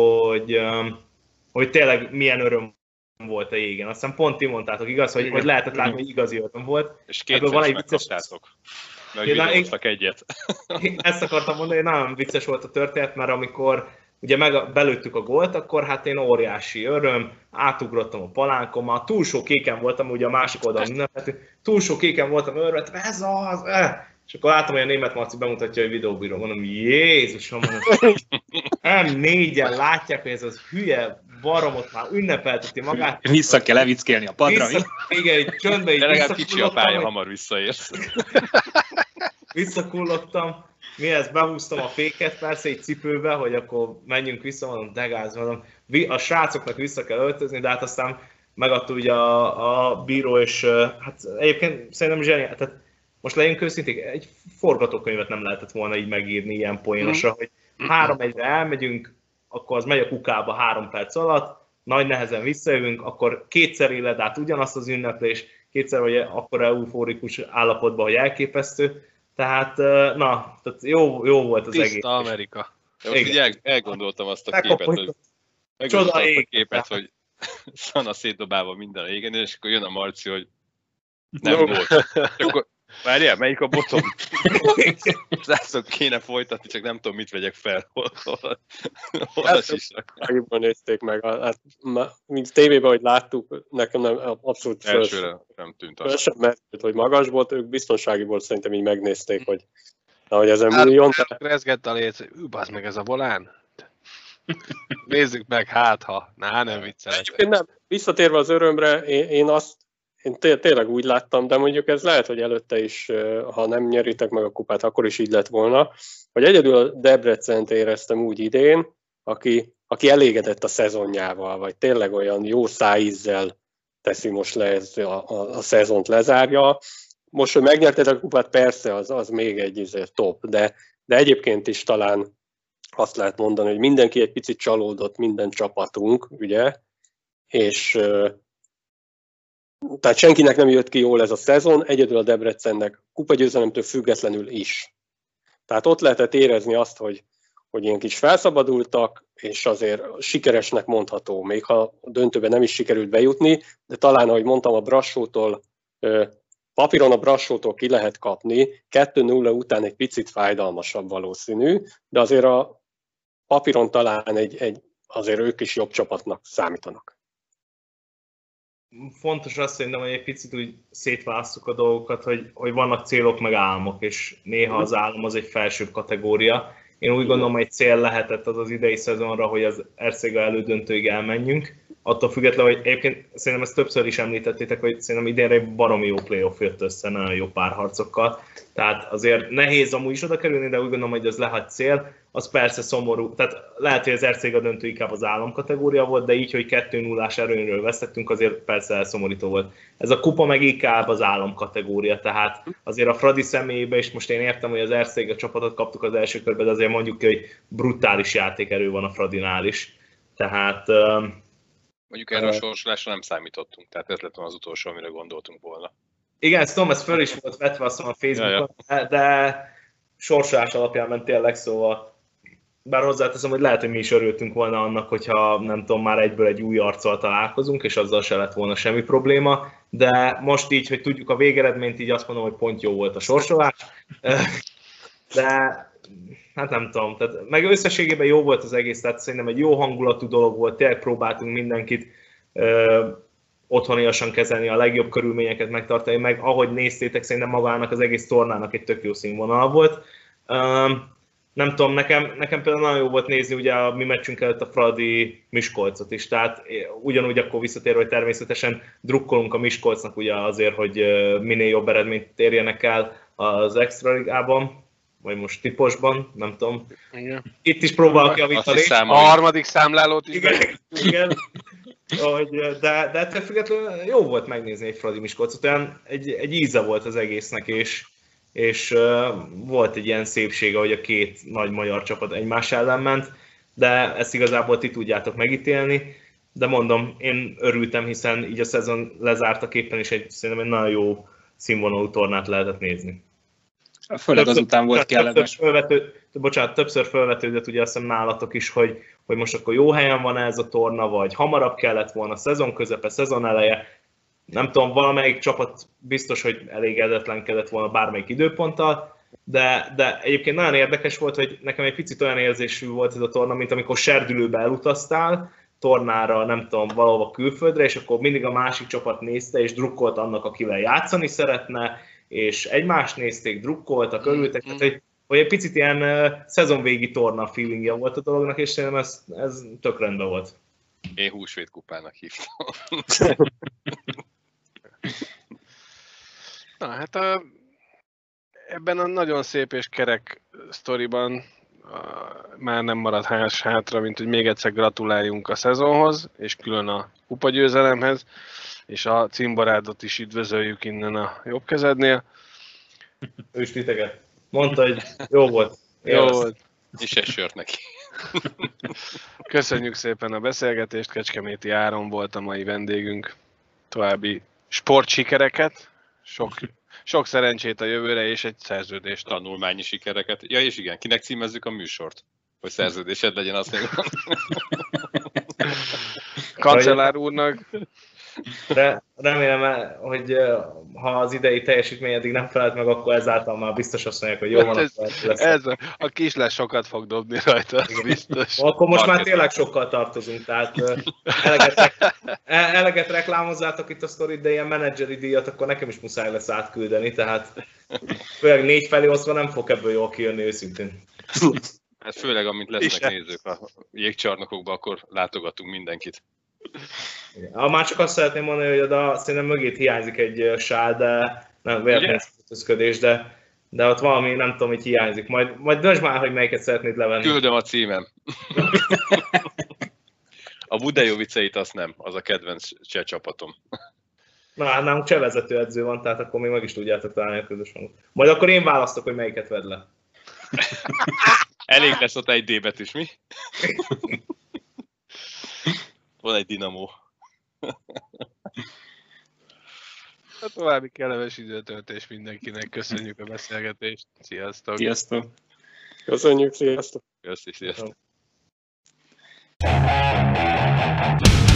[SPEAKER 2] hogy tényleg milyen öröm volt a jégen. Aztán pont ti mondtátok, igaz, hogy lehetett látni, hogy igazi öröm volt.
[SPEAKER 5] És kétszer is megkaptátok. Meg videóztak egyet.
[SPEAKER 2] Ezt akartam mondani, hogy nagyon vicces volt a történet, mert amikor ugye belőttük a gólt, akkor hát én óriási öröm, átugrottam a palánkommal, túl sok kéken voltam, ugye a másik oldalon ünnepeltünk, túl sok kéken voltam örvetve, ez az, és akkor láttam, hogy a német Marci bemutatja, hogy videóbíró, mondom, Jézusom, M4-en látják, hogy ez az hülye baromot már ünnepelteti magát.
[SPEAKER 3] Vissza kell levickélni a padra.
[SPEAKER 2] Igen, egy csöndbe így
[SPEAKER 5] de legalább kicsi a pálya, hamar visszaérsz.
[SPEAKER 2] Visszakullogtam, mihez behúztam a féket, persze egy cipőbe, hogy akkor menjünk vissza, mondom, de gáz, mondom, a srácoknak vissza kell öltözni, de hát aztán megadta ugye a bíró, és hát egyébként szerintem zseniális, tehát most legyünk őszinték, egy forgatókönyvet nem lehetett volna így megírni ilyen poénosra, hogy 3-1-re elmegyünk, akkor az megy a kukába 3 perc alatt, nagy nehezen visszajövünk, akkor kétszer éled át ugyanazt az ünneplés, kétszer vagy akkor eufórikus állapotban, hogy elképesztő. Tehát, na, tehát jó volt az
[SPEAKER 1] Tiszta
[SPEAKER 2] egész.
[SPEAKER 1] Amerika.
[SPEAKER 5] Most így elgondoltam azt a képet, hogy Szana szétdobálva minden a égen, és akkor jön a Marci, hogy nem volt. És akkor, várjál, melyik a botom? Zászok, kéne folytatni, csak nem tudom, mit vegyek fel. Hol a sisrak.
[SPEAKER 4] Jobban nézték meg. Hát, mint tévében, hogy láttuk, nekem nem abszolút
[SPEAKER 5] elsőre nem tűnt az.
[SPEAKER 4] Mert hogy magas volt, ők biztonságiból szerintem így megnézték, hogy ahogy ezen millió.
[SPEAKER 1] Rezgett a léc, bazd meg ez a volán. Nézzük meg, hát ha. Nem viccelek.
[SPEAKER 4] Nem. Visszatérve az örömre, én tényleg úgy láttam, de mondjuk ez lehet, hogy előtte is, ha nem nyeritek meg a kupát, akkor is így lett volna, hogy egyedül a Debrecent éreztem úgy idén, aki elégedett a szezonjával, vagy tényleg olyan jó szájízzel teszi most le a szezont lezárja. Most, hogy megnyertetek a kupát, persze, az még egy top, de egyébként is talán azt lehet mondani, hogy mindenki egy picit csalódott, minden csapatunk, ugye, és tehát senkinek nem jött ki jól ez a szezon, egyedül a Debrecennek kupagyőzelemtől függetlenül is. Tehát ott lehetett érezni azt, hogy ilyen kis felszabadultak, és azért sikeresnek mondható, még ha a döntőben nem is sikerült bejutni, de talán, ahogy mondtam, a Brassótól, papíron a Brassótól ki lehet kapni, 2-0 után egy picit fájdalmasabb valószínű, de azért a papíron talán azért ők is jobb csapatnak számítanak.
[SPEAKER 2] Fontos azt szerintem, hogy egy picit úgy szétválasztjuk a dolgokat, hogy vannak célok meg álmok, és néha az álom az egy felsőbb kategória. Én úgy gondolom, hogy cél lehetett az idei szezonra, hogy az Ercega elődöntőig elmenjünk. Attól függetlenül, hogy egyébként szerintem ezt többször is említettétek, hogy szerintem idénre egy baromi jó playoff jött össze, nagyon jó párharcokkal. Tehát azért nehéz amúgy is oda kerülni, de úgy gondolom, hogy ez lehet cél. Az persze szomorú, tehát lehet, hogy az Ercega döntő inkább az álomkategória volt, de így, hogy 2-0-ás erőnyről vesztettünk, azért persze elszomorító volt. Ez a kupa meg inkább az álomkategória, tehát azért a Fradi személyében is most én értem, hogy az Ercega csapatot kaptuk az első körben, de azért mondjuk ki, hogy brutális játékerő van a Fradinál is. Tehát
[SPEAKER 5] mondjuk erre a sorsolásra nem számítottunk, tehát ez lett az utolsó, amire gondoltunk volna.
[SPEAKER 2] Igen, ezt tudom, ez föl is volt vetve azt a Facebookon, de sorsolás alapján ment tényleg, szóval bár hozzáteszem, hogy lehet, hogy mi is örültünk volna annak, hogyha nem tudom, már egyből egy új arccal találkozunk, és azzal se lett volna semmi probléma, de most így, hogy tudjuk a végeredményt, így azt mondom, hogy pont jó volt a sorsolás, de hát nem tudom, tehát meg összességében jó volt az egész, tehát szerintem egy jó hangulatú dolog volt, tényleg próbáltunk mindenkit otthoniasan kezelni, a legjobb körülményeket megtartani, meg ahogy néztétek, szerintem magának az egész tornának egy tök jó színvonal volt. Nem tudom, nekem például nagyon jó volt nézni ugye a mi meccsünk előtt a Fradi Miskolcot is, tehát ugyanúgy akkor visszatérve, hogy természetesen drukkolunk a Miskolcnak ugye azért, hogy minél jobb eredményt érjenek el az Extraligában, vagy most tiposban, nem tudom.
[SPEAKER 1] Igen.
[SPEAKER 2] Itt is próbálok javítani.
[SPEAKER 1] A harmadik számlálót is.
[SPEAKER 2] Igen. De ettől függetlenül jó volt megnézni egy Fradi Miskolcot, olyan egy íze volt az egésznek, és volt egy ilyen szépsége, hogy a két nagy magyar csapat egymás ellen ment, de ezt igazából ti tudjátok megítélni, de mondom, én örültem, hiszen így a szezon lezártaképpen is szerintem egy nagyon jó színvonalú tornát lehetett nézni.
[SPEAKER 3] Főleg azután volt kellemes.
[SPEAKER 2] Többször felvetődött ugye azt hiszem nálatok is, hogy most akkor jó helyen van ez a torna, vagy hamarabb kellett volna, szezon közepe, szezon eleje. Nem tudom, valamelyik csapat biztos, hogy elégedetlenkedett volna bármelyik időponttal, de egyébként nagyon érdekes volt, hogy nekem egy picit olyan érzésű volt ez a torna, mint amikor serdülőbe elutaztál, tornára, nem tudom, valahova külföldre, és akkor mindig a másik csapat nézte, és drukkolt annak, akivel játszani szeretne, és egymást nézték, drukkoltak, örültek, tehát hogy egy picit ilyen szezonvégi torna feelingje volt a dolognak, és szerintem ez tök rendben volt.
[SPEAKER 5] Én húsvétkupának hívtam.
[SPEAKER 1] Na hát ebben a nagyon szép és kerek sztoriban már nem marad hátra, mint hogy még egyszer gratuláljunk a szezonhoz, és külön a kupagyőzelemhez, és a címbarádot is üdvözöljük innen a jobbkezednél.
[SPEAKER 2] Ő is titeket. Mondta, hogy jó volt.
[SPEAKER 1] Jó volt.
[SPEAKER 5] És egy sört neki.
[SPEAKER 1] Köszönjük szépen a beszélgetést, Kecskeméti Áron volt a mai vendégünk. További sportsikereket, sok szerencsét a jövőre, és egy szerződést.
[SPEAKER 5] Tanulmányi sikereket. Ja, és igen, kinek címezzük a műsort? Hogy szerződésed legyen, azt még.
[SPEAKER 1] Kancellár úrnak.
[SPEAKER 2] Remélem, hogy ha az idei teljesítmény eddig nem felelt meg, akkor ezáltal már biztos azt mondják, hogy jó van.
[SPEAKER 1] Ez a kisles sokat fog dobni rajta, ez biztos.
[SPEAKER 2] Akkor most már tényleg sokkal tartozunk, tehát eleget reklámozzátok itt a sztorit, de ilyen menedzseri díjat akkor nekem is muszáj lesz átküldeni, tehát főleg 4 felé osztva nem fog ebből jól kijönni őszintén.
[SPEAKER 5] Hát főleg, amint lesznek nézők a jégcsarnokokban, akkor látogatunk mindenkit.
[SPEAKER 2] Már csak azt szeretném mondani, hogy oda szerintem mögét hiányzik egy sál, de nem véletlenül kötözködés, de ott valami, nem tudom, hogy hiányzik. Majd döntsd már, hogy melyiket szeretnéd levenni.
[SPEAKER 5] Küldöm a címem. A Budejoviceit azt nem, az a kedvenc cseh csapatom.
[SPEAKER 2] Na, hát nálunk cseh vezetőedző van, tehát akkor még meg is tudjátok találni a közös hangot. Majd akkor én választok, hogy melyiket vedd le.
[SPEAKER 5] Elég lesz ott egy D betűs, mi? Van egy Dinamo.
[SPEAKER 1] A további kellemes időtöltés mindenkinek. Köszönjük a beszélgetést. Sziasztok!
[SPEAKER 3] Sziasztok!
[SPEAKER 4] Köszönjük, sziasztok!
[SPEAKER 5] Köszi, sziasztok!